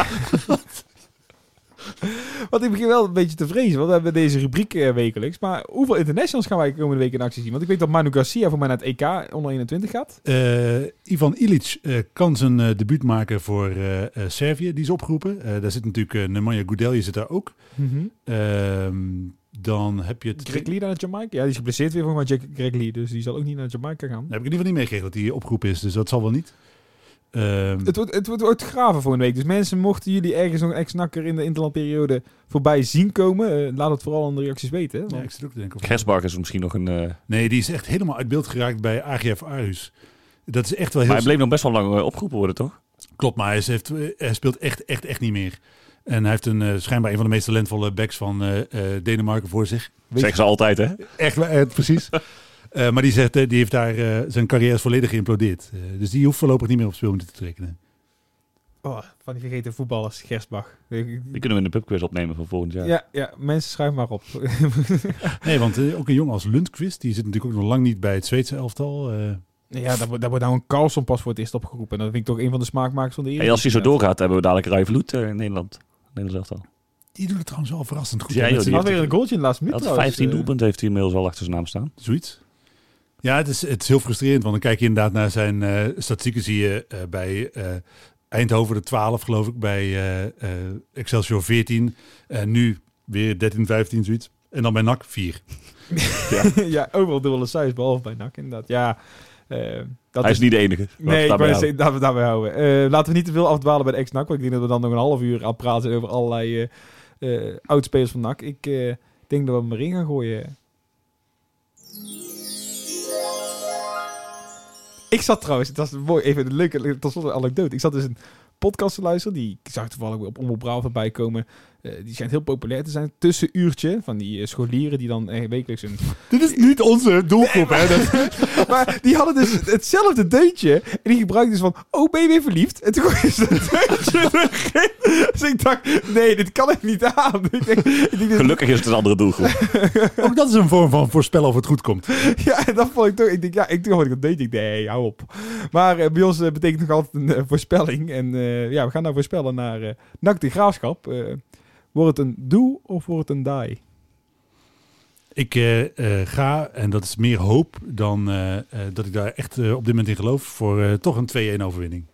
Want ik begin wel een beetje te vrezen, want we hebben deze rubriek uh, wekelijks. Maar hoeveel internationals gaan wij komende week in actie zien? Want ik weet dat Manu Garcia voor mij naar het E K onder eenentwintig gaat. Uh, Ivan Ilic uh, kan zijn uh, debuut maken voor uh, uh, Servië. Die is opgeroepen. Uh, daar zit natuurlijk uh, Nemanja Goudelje zit daar ook. Mm-hmm. Uh, dan heb je het... Greg Lee naar Jamaica? Ja, die is geblesseerd weer voor mij, Greg Lee. Dus die zal ook niet naar Jamaica gaan. Dan heb ik in ieder geval niet meegekregen dat hij opgeroepen is. Dus dat zal wel niet. Um, Het wordt, het wordt, wordt graven voor een week. Dus mensen, mochten jullie ergens nog een ex-nakker in de interlandperiode voorbij zien komen, uh, laat het vooral in de reacties weten. Hè? ja, Want... ik zit ook te denken of... Gersbark is misschien nog een... Uh... Nee, die is echt helemaal uit beeld geraakt bij A G F Aarhus. Dat is echt wel heel... Maar hij bleef nog best wel lang uh, opgeroepen worden, toch? Klopt, maar hij, is, heeft, hij speelt echt, echt, echt niet meer. En hij heeft een, uh, schijnbaar een van de meest talentvolle backs van uh, uh, Denemarken voor zich. Zeggen ze altijd, hè? Echt, uh, precies. Uh, maar die, zegt, uh, die heeft daar uh, zijn carrière volledig geïmplodeerd. Uh, dus die hoeft voorlopig niet meer op speelminuten te rekenen. Oh, van die vergeten voetballers, Gersbach. Die kunnen we in de pubquiz opnemen voor volgend jaar. Ja, ja, mensen schrijven maar op. Nee, want uh, ook een jongen als Lundqvist, die zit natuurlijk ook nog lang niet bij het Zweedse elftal. Uh, Ja, daar, daar wordt nou een Carlson pas voor het eerst opgeroepen. En dat vind ik toch een van de smaakmakers van de Hey, Eredivisie. als hij zo doorgaat, hebben we dadelijk Rai Vloed uh, in Nederland. Nederlands elftal. die doet het trouwens wel verrassend goed. Ja, hè, joh, met die Hij zijn- had weer een goaltje in de laatste Hij minuut had trouwens. vijftien Eh, doelpunten, heeft hij inmiddels al achter zijn naam staan. Zoiets. Ja, het is, het is heel frustrerend, want dan kijk je inderdaad naar zijn uh, statistieken. Zie je uh, bij uh, Eindhoven de twaalf, geloof ik. Bij uh, uh, Excelsior veertien. En uh, nu weer dertien, vijftien, zoiets. En dan bij N A C vier. ja. ja, overal dubbele cijfers, behalve bij N A C inderdaad. Ja, uh, dat Hij is niet de enige. Nee, ik daarbij wou houden. zeggen, laten we daarbij houden. Uh, laten we niet te veel afdwalen bij de ex-N A C. Want ik denk dat we dan nog een half uur aan het praten zijn over allerlei uh, uh, oudspelers van N A C. Ik uh, denk dat we hem erin gaan gooien. Ik zat trouwens, dat is mooi, even een leuke, tot slot een anekdote. Ik zat dus een podcast te luisteren, die ik zag toevallig op Omroep Brabant voorbij komen. Uh, die schijnt heel populair te zijn. Tussenuurtje van die uh, scholieren die dan uh, wekelijks een... Dit is niet onze doelgroep, hè? Dat... Maar die hadden dus hetzelfde deuntje. En die gebruikten dus van, oh, ben je weer verliefd? En toen gooien ze het deuntje erin. Dus ik dacht, nee, dit kan ik niet aan. Ik denk, ik denk, Gelukkig is het een andere doelgroep. Ook dat is een vorm van voorspellen of het goed komt. Ja, en dat vond ik toch... Ik denk, ja, ik toen hoorde ik dat deuntje. Ik denk, nee, hou op. Maar uh, bij ons uh, betekent nog altijd een uh, voorspelling. En uh, ja, we gaan nou voorspellen naar uh, N A C de Graafschap. Uh, wordt het een do of wordt het een die? Ik uh, uh, ga, en dat is meer hoop dan uh, uh, dat ik daar echt uh, op dit moment in geloof, voor uh, toch een twee-een overwinning.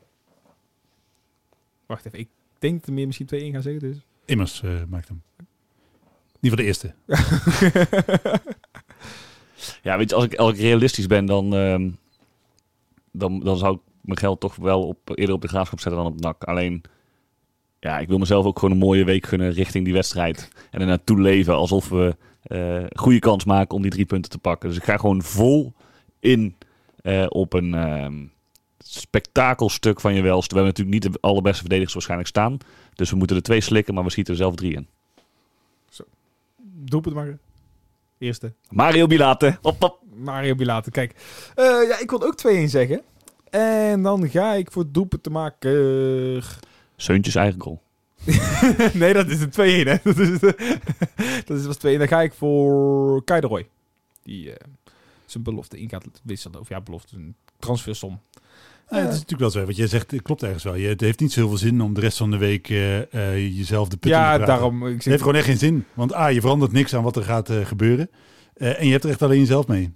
Wacht even, ik denk dat er meer misschien twee-een gaan zeggen. Dus. Immers uh, maakt hem. Niet van de eerste. Ja, weet je, als ik, als ik realistisch ben, dan, uh, dan, dan zou ik mijn geld toch wel op, eerder op de Graafschap zetten dan op N A C. Alleen, ja, ik wil mezelf ook gewoon een mooie week gunnen richting die wedstrijd. En er naartoe leven alsof we uh, goede kans maken om die drie punten te pakken. Dus ik ga gewoon vol in uh, op een uh, spektakelstuk van je welst. We hebben natuurlijk niet de allerbeste verdedigers waarschijnlijk staan. Dus we moeten er twee slikken, maar we schieten er zelf drie in. Zo. Doelpunt maken. Eerste. Mario Bilate. Op, op. Mario Bilate, kijk. Uh, ja, ik wil ook twee-een zeggen. En dan ga ik voor doelpunt te maken... Seuntjes eigen goal. Nee, dat is een twee-een, hè. Dat is, dat is was twee-een. Dan ga ik voor Kai de Roy. Die uh, zijn belofte in gaat wisselen. Of ja, belofte, een transfersom. Ja, het is natuurlijk wel zo, wat jij zegt, het klopt ergens wel. Je, het heeft niet zoveel zin om de rest van de week uh, uh, jezelf de put ja, in te praten. daarom. Ik het heeft gewoon echt geen zin. Want A, je verandert niks aan wat er gaat uh, gebeuren. Uh, en je hebt er echt alleen jezelf mee.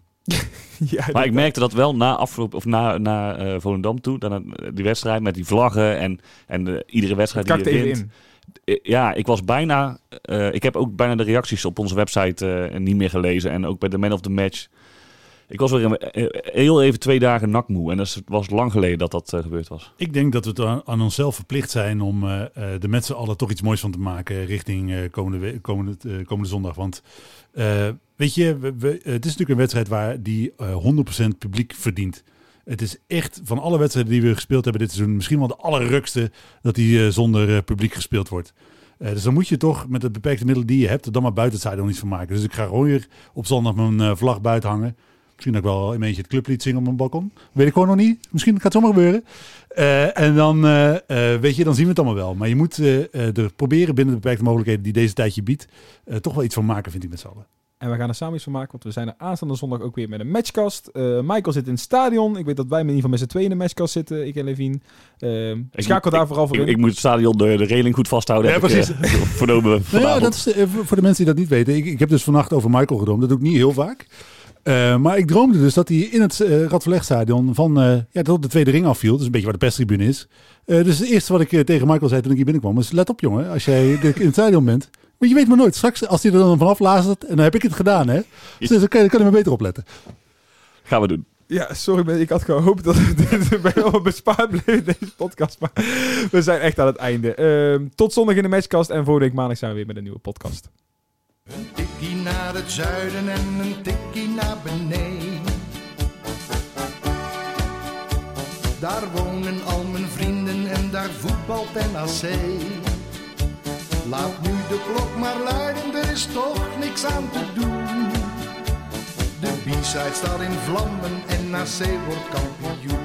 Ja, maar ik merkte dat wel na afloop of na, na uh, Volendam toe, dan die wedstrijd met die vlaggen en, en de, iedere wedstrijd die je wint. In. Ja, ik was bijna. Uh, ik heb ook bijna de reacties op onze website uh, niet meer gelezen en ook bij de Man of the Match. Ik was weer uh, heel even twee dagen nakmoe en het was lang geleden dat dat uh, gebeurd was. Ik denk dat we het aan, aan onszelf verplicht zijn om uh, uh, er met z'n allen toch iets moois van te maken richting uh, komende, komende, uh, komende zondag. Want uh, weet je, we, we, het is natuurlijk een wedstrijd waar die uh, honderd procent publiek verdient. Het is echt van alle wedstrijden die we gespeeld hebben dit seizoen misschien wel de allerrukste dat die uh, zonder uh, publiek gespeeld wordt. Uh, dus dan moet je toch met de beperkte middelen die je hebt er dan maar buiten het stadion iets van maken. Dus ik ga gewoon weer op zondag mijn uh, vlag buiten hangen. Misschien dat ik wel een beetje het clublied zingen op mijn balkon. Weet ik gewoon nog niet. Misschien gaat het zomaar gebeuren. Uh, en dan, uh, uh, weet je, dan zien we het allemaal wel. Maar je moet uh, uh, er proberen binnen de beperkte mogelijkheden die deze tijd je biedt, uh, toch wel iets van maken, vind ik met z'n allen. En we gaan er samen iets van maken, want we zijn er aanstaande zondag ook weer met een matchcast. Uh, Michael zit in het stadion. Ik weet dat wij in ieder geval met z'n tweeën in de matchcast zitten, ik en Levine. Uh, schakel daar ik, vooral voor ik, in. Ik moet het stadion de, de reling goed vasthouden. Ja, precies. Ik, uh, vernomen nou ja, dat is uh, voor de mensen die dat niet weten. Ik, ik heb dus vannacht over Michael gedroomd. Dat doe ik niet heel vaak. Uh, maar ik droomde dus dat hij in het uh, Radverlegstadion van uh, ja, tot de tweede ring afviel. Dat is een beetje waar de perstribune is. Uh, dus het eerste wat ik uh, tegen Michael zei toen ik hier binnenkwam is: let op jongen, als jij in het stadion bent. Maar je weet maar nooit. Straks als hij er dan vanaf lazert en dan heb ik het gedaan. Hè? Dus dan kan, dan kan hij maar beter opletten. Gaan we doen. Ja, sorry, ik had gehoopt dat het bij allemaal bespaard bleef in deze podcast. Maar we zijn echt aan het einde. Uh, tot zondag in de matchcast en volgende week maandag zijn we weer met een nieuwe podcast. Een tikkie naar het zuiden en een tikkie naar beneden. Daar wonen al mijn vrienden en daar voetbalt N A C. Laat nu de klok maar luiden, er is toch niks aan te doen. De B-side staat in vlammen en N A C wordt kampioen.